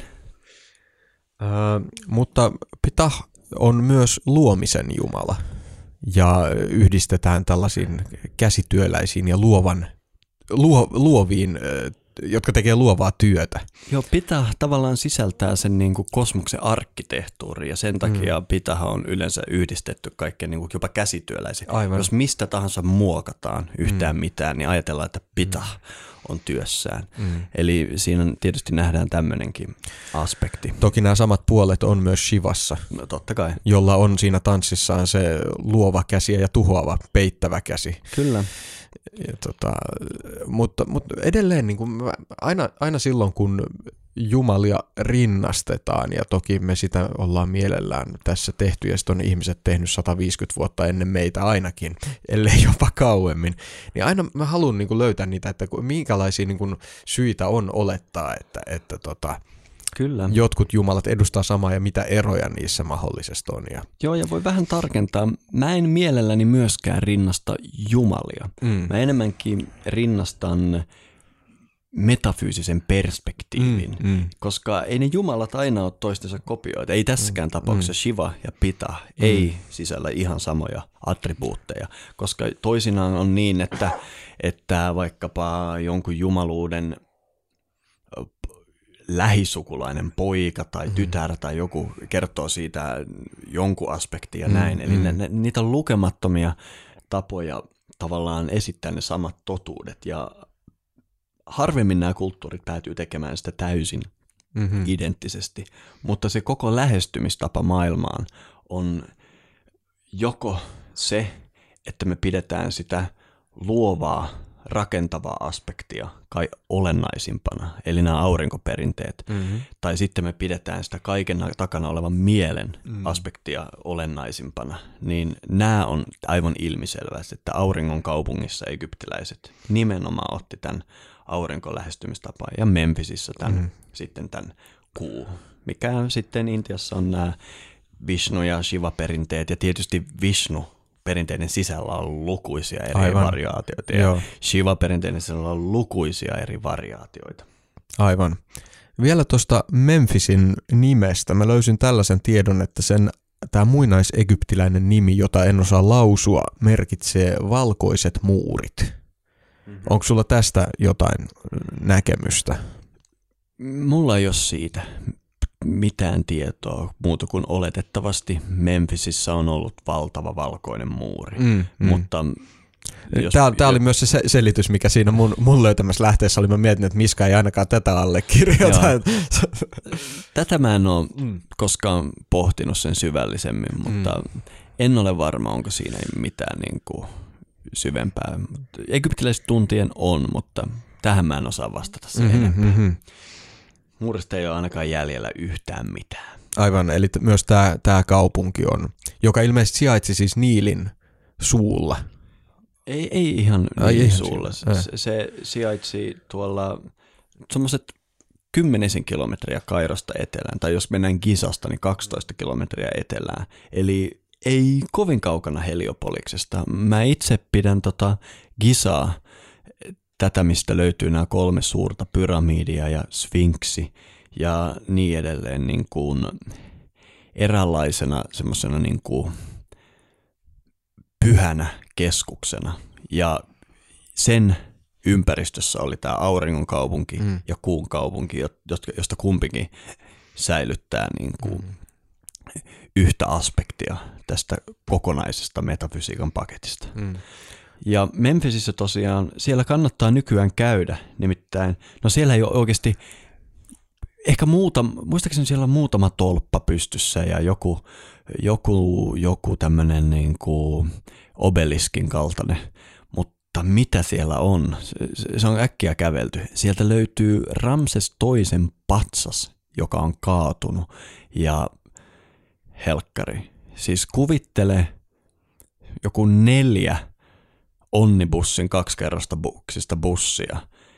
Mutta Pitah on myös luomisen jumala ja yhdistetään tällaisiin käsityöläisiin ja luoviin, jotka tekee luovaa työtä. Joo, Pitah tavallaan sisältää sen niin kuin kosmoksen arkkitehtuuri, ja sen takia Pitah on yleensä yhdistetty kaikkeen niin kuin jopa käsityöläisiin. Aivan. Jos mistä tahansa muokataan yhtään mitään, niin ajatellaan, että Pitah on työssään. Eli siinä tietysti nähdään tämmöinenkin aspekti. Toki nämä samat puolet on myös Shivassa. No, totta kai. Jolla on siinä tanssissaan se luova käsi ja tuhoava, peittävä käsi. Kyllä. Mutta edelleen niin kuin aina silloin, kun jumalia rinnastetaan, ja toki me sitä ollaan mielellään tässä tehty, ja sitten on ihmiset tehnyt 150 vuotta ennen meitä ainakin, ellei jopa kauemmin, niin aina mä haluan niin kuin löytää niitä, että minkälaisia niin kuin syitä on olettaa, että Kyllä. jotkut jumalat edustaa samaa ja mitä eroja niissä mahdollisesti on. Joo, ja voi vähän tarkentaa. Mä en mielelläni myöskään rinnasta jumalia. Mä enemmänkin rinnastan metafyysisen perspektiivin, koska ei ne jumalat aina ole toistensa kopioita. Ei tässäkään tapauksessa Shiva ja Pita ei sisällä ihan samoja attribuutteja, koska toisinaan on niin, että vaikkapa jonkun jumaluuden lähisukulainen poika tai tytär tai joku kertoo siitä jonkun aspektin ja näin. Eli niitä on lukemattomia tapoja tavallaan esittää ne samat totuudet, ja harvemmin nämä kulttuurit päätyy tekemään sitä täysin identtisesti, mutta se koko lähestymistapa maailmaan on joko se, että me pidetään sitä luovaa, rakentavaa aspektia kai olennaisimpana, eli nämä aurinkoperinteet, tai sitten me pidetään sitä kaiken takana olevan mielen aspektia olennaisimpana, niin nämä on aivan ilmiselvästi, että auringon kaupungissa egyptiläiset nimenomaan otti tämän aurinkolähestymistapaa, ja Memphisissä sitten tämän kuu, mikä sitten Intiassa on nämä Vishnu- ja Shiva-perinteet, ja tietysti Vishnu-perinteiden sisällä on lukuisia eri variaatioita, ja Shiva-perinteiden sisällä on lukuisia eri variaatioita. Aivan. Vielä tuosta Memphisin nimestä. Mä löysin tällaisen tiedon, että tämä muinaisegyptiläinen nimi, jota en osaa lausua, merkitsee valkoiset muurit. Onko sulla tästä jotain näkemystä? Mulla ei ole siitä mitään tietoa muuta kuin oletettavasti Memphisissä on ollut valtava valkoinen muuri. Mutta Tämä oli myös se selitys, mikä siinä mun löytämässä lähteessä oli. Mä mietin, että Miska ei ainakaan tätä allekirjoita. Tätä mä en ole koskaan pohtinut sen syvällisemmin, mutta en ole varma, onko siinä mitään niin kuin syvempää. Egyptiläiset tuntien on, mutta tähän mä en osaa vastata sen enempää. Muurista ei ole ainakaan jäljellä yhtään mitään. Aivan, eli myös tämä kaupunki on, joka ilmeisesti sijaitsi siis Niilin suulla. Ei ihan Niilin suulla. Se sijaitsi tuolla semmoiset 10 kilometriä Kairosta etelään, tai jos mennään Gizasta, niin 12 kilometriä etelään. Eli ei kovin kaukana Heliopoliksesta. Mä itse pidän Gizaa, tätä mistä löytyy nämä 3 suurta pyramidia ja sfinksi ja niin edelleen niin kuin eräänlaisena semmoisena niin kuin pyhänä keskuksena. Ja sen ympäristössä oli tämä auringon kaupunki ja kuun kaupunki, josta kumpikin säilyttää niin kuin yhtä aspektia tästä kokonaisesta metafysiikan paketista. Ja Memphisissä tosiaan, siellä kannattaa nykyään käydä, nimittäin, no siellä ei ole oikeasti, ehkä muistaakseni siellä on muutama tolppa pystyssä ja joku tämmöinen niin kuin obeliskin kaltainen, mutta mitä siellä on? Se on äkkiä kävelty. Sieltä löytyy Ramses toisen patsas, joka on kaatunut, ja helkkari. Siis kuvittele joku 4 onnibussin 2-kerroksista bussia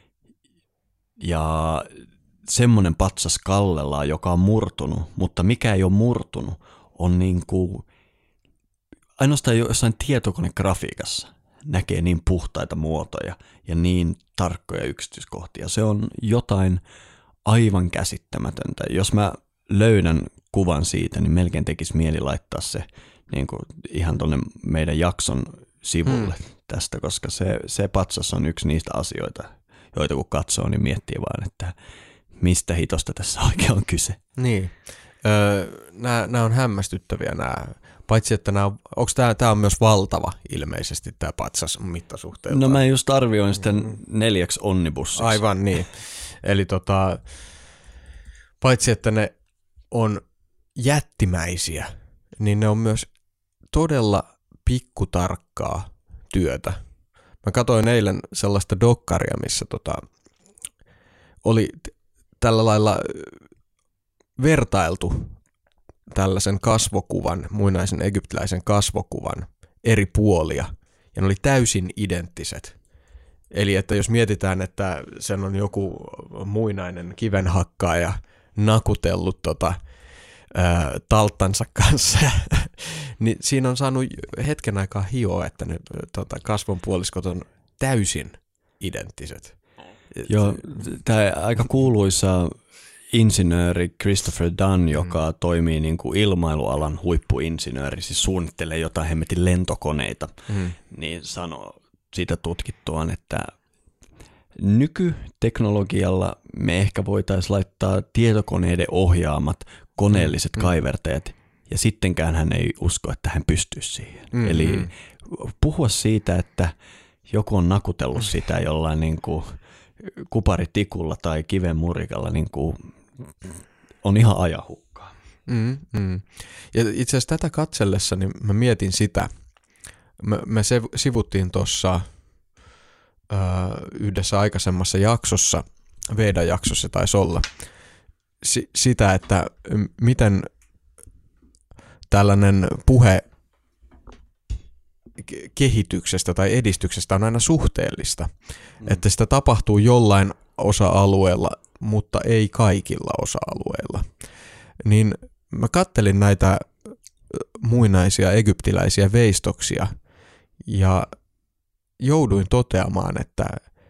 ja semmoinen patsas kallellaan, joka on murtunut, mutta mikä ei ole murtunut, on niin kuin ainoastaan jossain tietokonegrafiikassa näkee niin puhtaita muotoja ja niin tarkkoja yksityiskohtia. Se on jotain aivan käsittämätöntä. Jos mä löydän kuvan siitä, niin melkein tekisi mieli laittaa se niin kuin ihan tuonne meidän jakson sivulle tästä, koska se patsas on yksi niistä asioita, joita kun katsoo, niin miettii vaan, että mistä hitosta tässä oikein on kyse. Niin. Nämä on hämmästyttäviä nämä. Paitsi, että tämä on myös valtava ilmeisesti tämä patsas mittasuhteelta. No mä just arvioin sitä 4 onnibussiksi. Aivan niin. Eli paitsi, että ne on jättimäisiä, niin ne on myös todella pikkutarkkaa työtä. Mä katsoin eilen sellaista dokkaria, missä oli tällä lailla vertailtu tällaisen kasvokuvan, muinaisen egyptiläisen kasvokuvan eri puolia, ja ne oli täysin identtiset. Eli että jos mietitään, että sen on joku muinainen kivenhakkaaja nakutellut talttansa kanssa, niin siinä on saanut hetken aikaa hioa, että ne kasvonpuoliskot on täysin identtiset. Joo, tämä aika kuuluisa insinööri Christopher Dunn, joka toimii niin kuin ilmailualan huippuinsinööri, siis suunnittelee jotain hemmetin lentokoneita, niin sanoo siitä tutkittuaan, että nykyteknologialla me ehkä voitaisiin laittaa tietokoneiden ohjaamat koneelliset kaivertajat, ja sittenkään hän ei usko, että hän pystyisi siihen. Eli puhua siitä, että joku on nakutellut sitä jollain niin kuin kuparitikulla tai kiven murikalla, niin kuin on ihan ajanhukkaa. Ja itse asiassa tätä katsellessa niin mä mietin sitä. Me sivuttiin tuossa yhdessä aikaisemmassa jaksossa, Veda-jaksossa taisi olla, sitä, että miten tällainen puhe kehityksestä tai edistyksestä on aina suhteellista. Että sitä tapahtuu jollain osa-alueella, mutta ei kaikilla osa-alueilla. Niin mä kattelin näitä muinaisia egyptiläisiä veistoksia ja jouduin toteamaan, että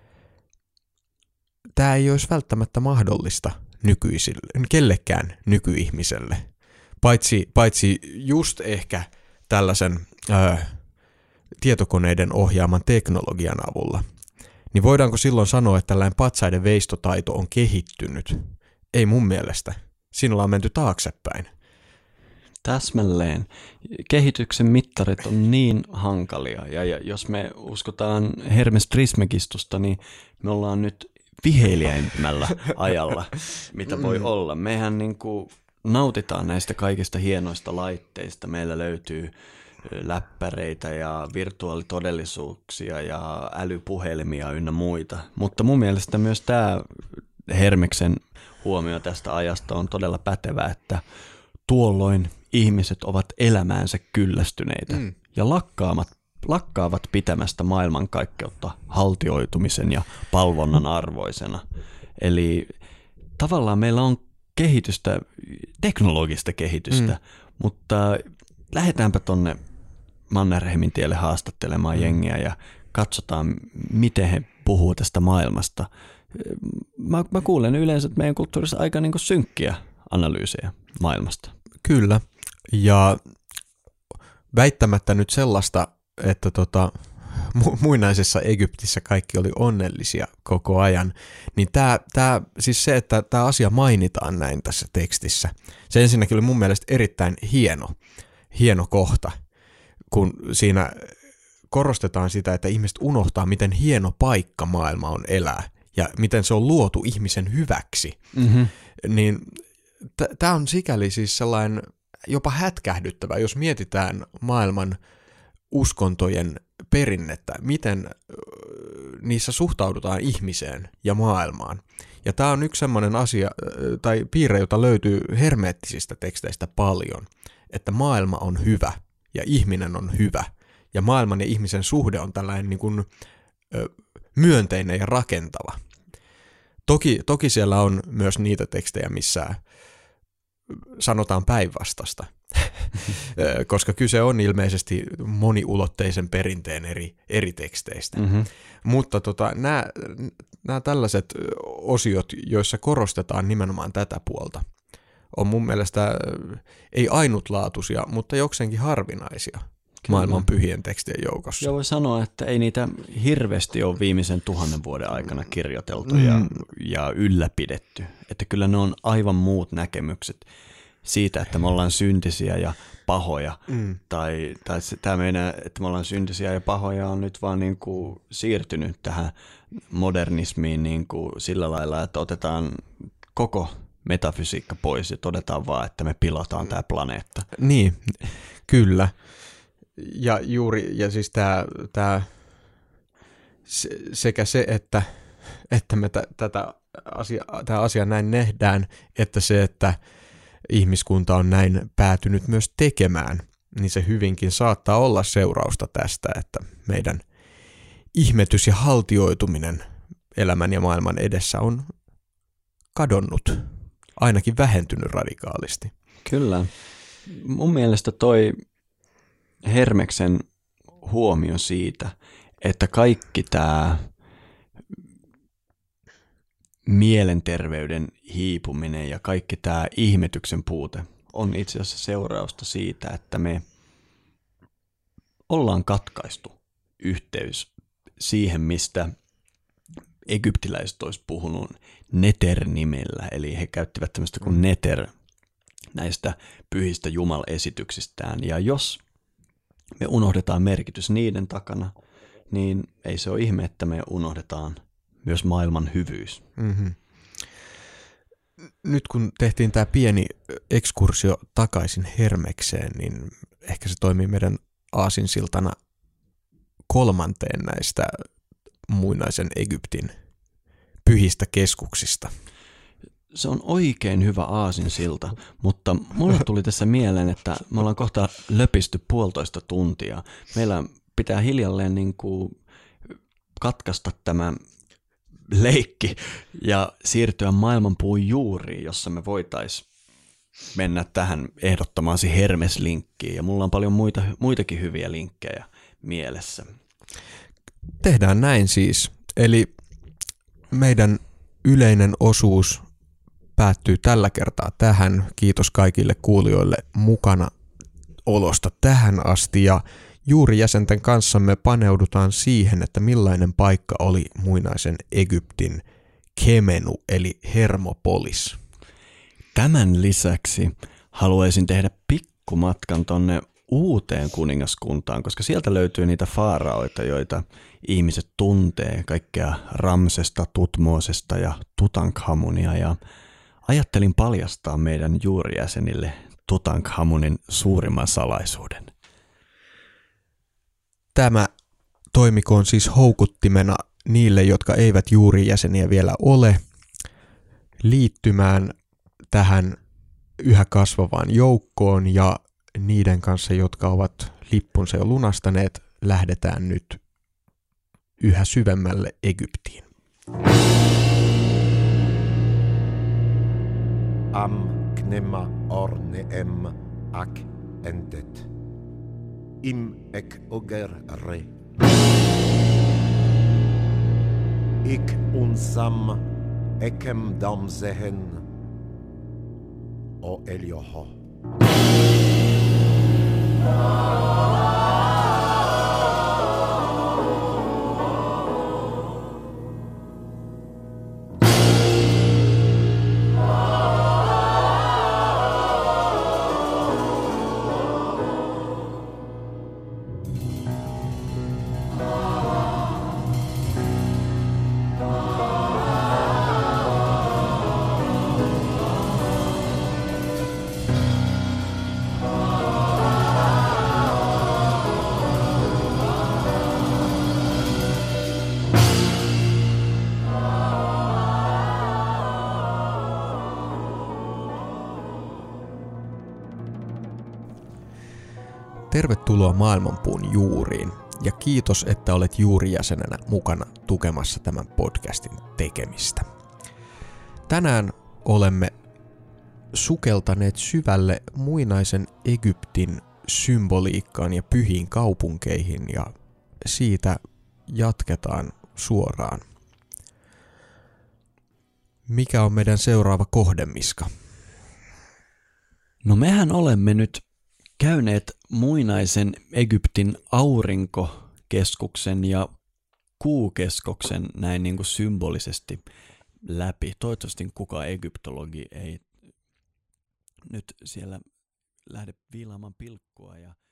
tämä ei olisi välttämättä mahdollista kellekään nykyihmiselle. Paitsi just ehkä tällaisen tietokoneiden ohjaaman teknologian avulla. Niin voidaanko silloin sanoa, että tällainen patsaiden veistotaito on kehittynyt? Ei mun mielestä. Siinä ollaan menty taaksepäin. Täsmälleen. Kehityksen mittarit on niin hankalia, ja jos me uskotaan Hermes Trismegistusta, niin me ollaan nyt viheliäimmällä ajalla, mitä voi olla. Mehän niin kuin nautitaan näistä kaikista hienoista laitteista. Meillä löytyy läppäreitä ja virtuaalitodellisuuksia ja älypuhelimia ynnä muita. Mutta mun mielestä myös tämä Hermeksen huomio tästä ajasta on todella pätevä, että tuolloin ihmiset ovat elämäänsä kyllästyneitä ja lakkaavat pitämästä maailmankaikkeutta haltioitumisen ja palvonnan arvoisena. Eli tavallaan meillä on kehitystä, teknologista kehitystä, mutta lähdetäänpä tonne Mannerheimin tielle haastattelemaan jengiä ja katsotaan, miten he puhuu tästä maailmasta. Mä kuulen yleensä, että meidän kulttuurissa aika niin kuin synkkiä analyysejä maailmasta. Kyllä, ja väittämättä nyt sellaista, että muinaisessa Egyptissä kaikki oli onnellisia koko ajan, niin siis se, että tämä asia mainitaan näin tässä tekstissä, se ensinnäkin oli mun mielestä erittäin hieno kohta, kun siinä korostetaan sitä, että ihmiset unohtaa, miten hieno paikka maailma on elää ja miten se on luotu ihmisen hyväksi. Niin tämä on sikäli siis sellainen jopa hätkähdyttävä, jos mietitään maailman uskontojen perinnettä, miten niissä suhtaudutaan ihmiseen ja maailmaan. Ja tämä on yksi sellainen asia tai piirre, jota löytyy hermeettisistä teksteistä paljon, että maailma on hyvä ja ihminen on hyvä ja maailman ja ihmisen suhde on tällainen niin kuin myönteinen ja rakentava. Toki siellä on myös niitä tekstejä, missä sanotaan päinvastasta, koska kyse on ilmeisesti moniulotteisen perinteen eri teksteistä. Mutta nämä tällaiset osiot, joissa korostetaan nimenomaan tätä puolta, on mun mielestä ei ainutlaatuisia, mutta jokseenkin harvinaisia maailman pyhien tekstien joukossa. Ja voi sanoa, että ei niitä hirveästi ole viimeisen 1000 vuoden aikana kirjoiteltu ja ylläpidetty. Että kyllä ne on aivan muut näkemykset. siitä, että me ollaan syntisiä ja pahoja. Tai tämä meidän, että me ollaan syntisiä ja pahoja on nyt vaan niin kuin siirtynyt tähän modernismiin niin kuin sillä lailla, että otetaan koko metafysiikka pois ja todetaan vaan, että me pilataan tämä planeetta. Niin, kyllä. Ja siis tämä sekä se, että me tämä asia näin nähdään, että se, että ihmiskunta on näin päätynyt myös tekemään, niin se hyvinkin saattaa olla seurausta tästä, että meidän ihmetys ja haltioituminen elämän ja maailman edessä on kadonnut, ainakin vähentynyt radikaalisti. Kyllä. Mun mielestä toi Hermeksen huomio siitä, että kaikki tämä mielenterveyden hiipuminen ja kaikki tämä ihmetyksen puute on itse asiassa seurausta siitä, että me ollaan katkaistu yhteys siihen, mistä egyptiläiset olisi puhunut Neter-nimellä, eli he käyttivät tämmöistä kuin Neter näistä pyhistä jumalesityksistään, ja jos me unohdetaan merkitys niiden takana, niin ei se ole ihme, että me unohdetaan myös maailman hyvyys. Mm-hmm. Nyt kun tehtiin tämä pieni ekskursio takaisin Hermekseen, niin ehkä se toimii meidän aasinsiltana kolmanteen näistä muinaisen Egyptin pyhistä keskuksista. Se on oikein hyvä aasinsilta, mutta mulle tuli tässä mieleen, että me ollaan kohta löpisty 1,5 tuntia. Meillä pitää hiljalleen niin kuin katkaista tämä leikki ja siirtyä maailmanpuun juuriin, jossa me voitaisiin mennä tähän ehdottamaasi Hermes-linkkiin. Ja mulla on paljon muitakin hyviä linkkejä mielessä. Tehdään näin siis. Eli meidän yleinen osuus päättyy tällä kertaa tähän. Kiitos kaikille kuulijoille mukana olosta tähän asti, ja juurijäsenten kanssa me paneudutaan siihen, että millainen paikka oli muinaisen Egyptin Kemenu eli Hermopolis. Tämän lisäksi haluaisin tehdä pikkumatkan tonne uuteen kuningaskuntaan, koska sieltä löytyy niitä faaraoita, joita ihmiset tuntee, kaikkea Ramsesta, Tutmosesta ja Tutankhamunia, ja ajattelin paljastaa meidän juurijäsenille Tutankhamunin suurimman salaisuuden. Tämä toimikoon siis houkuttimena niille, jotka eivät juurijäseniä vielä ole, liittymään tähän yhä kasvavaan joukkoon, ja niiden kanssa, jotka ovat lippunsa jo lunastaneet, lähdetään nyt yhä syvemmälle Egyptiin. Am knema orne em ak entet. Im ek oger re. Ik unsam ekem damsehen o elioho. Tervetuloa Maailmanpuun juuriin, ja kiitos, että olet juurijäsenenä mukana tukemassa tämän podcastin tekemistä. Tänään olemme sukeltaneet syvälle muinaisen Egyptin symboliikkaan ja pyhiin kaupunkeihin, ja siitä jatketaan suoraan. Mikä on meidän seuraava kohde, Miska? No mehän olemme nyt käyneet muinaisen Egyptin aurinkokeskuksen ja kuukeskuksen näin niin kuin symbolisesti läpi. Toivottavasti kukaan egyptologi ei nyt siellä lähde viilaamaan pilkkua ja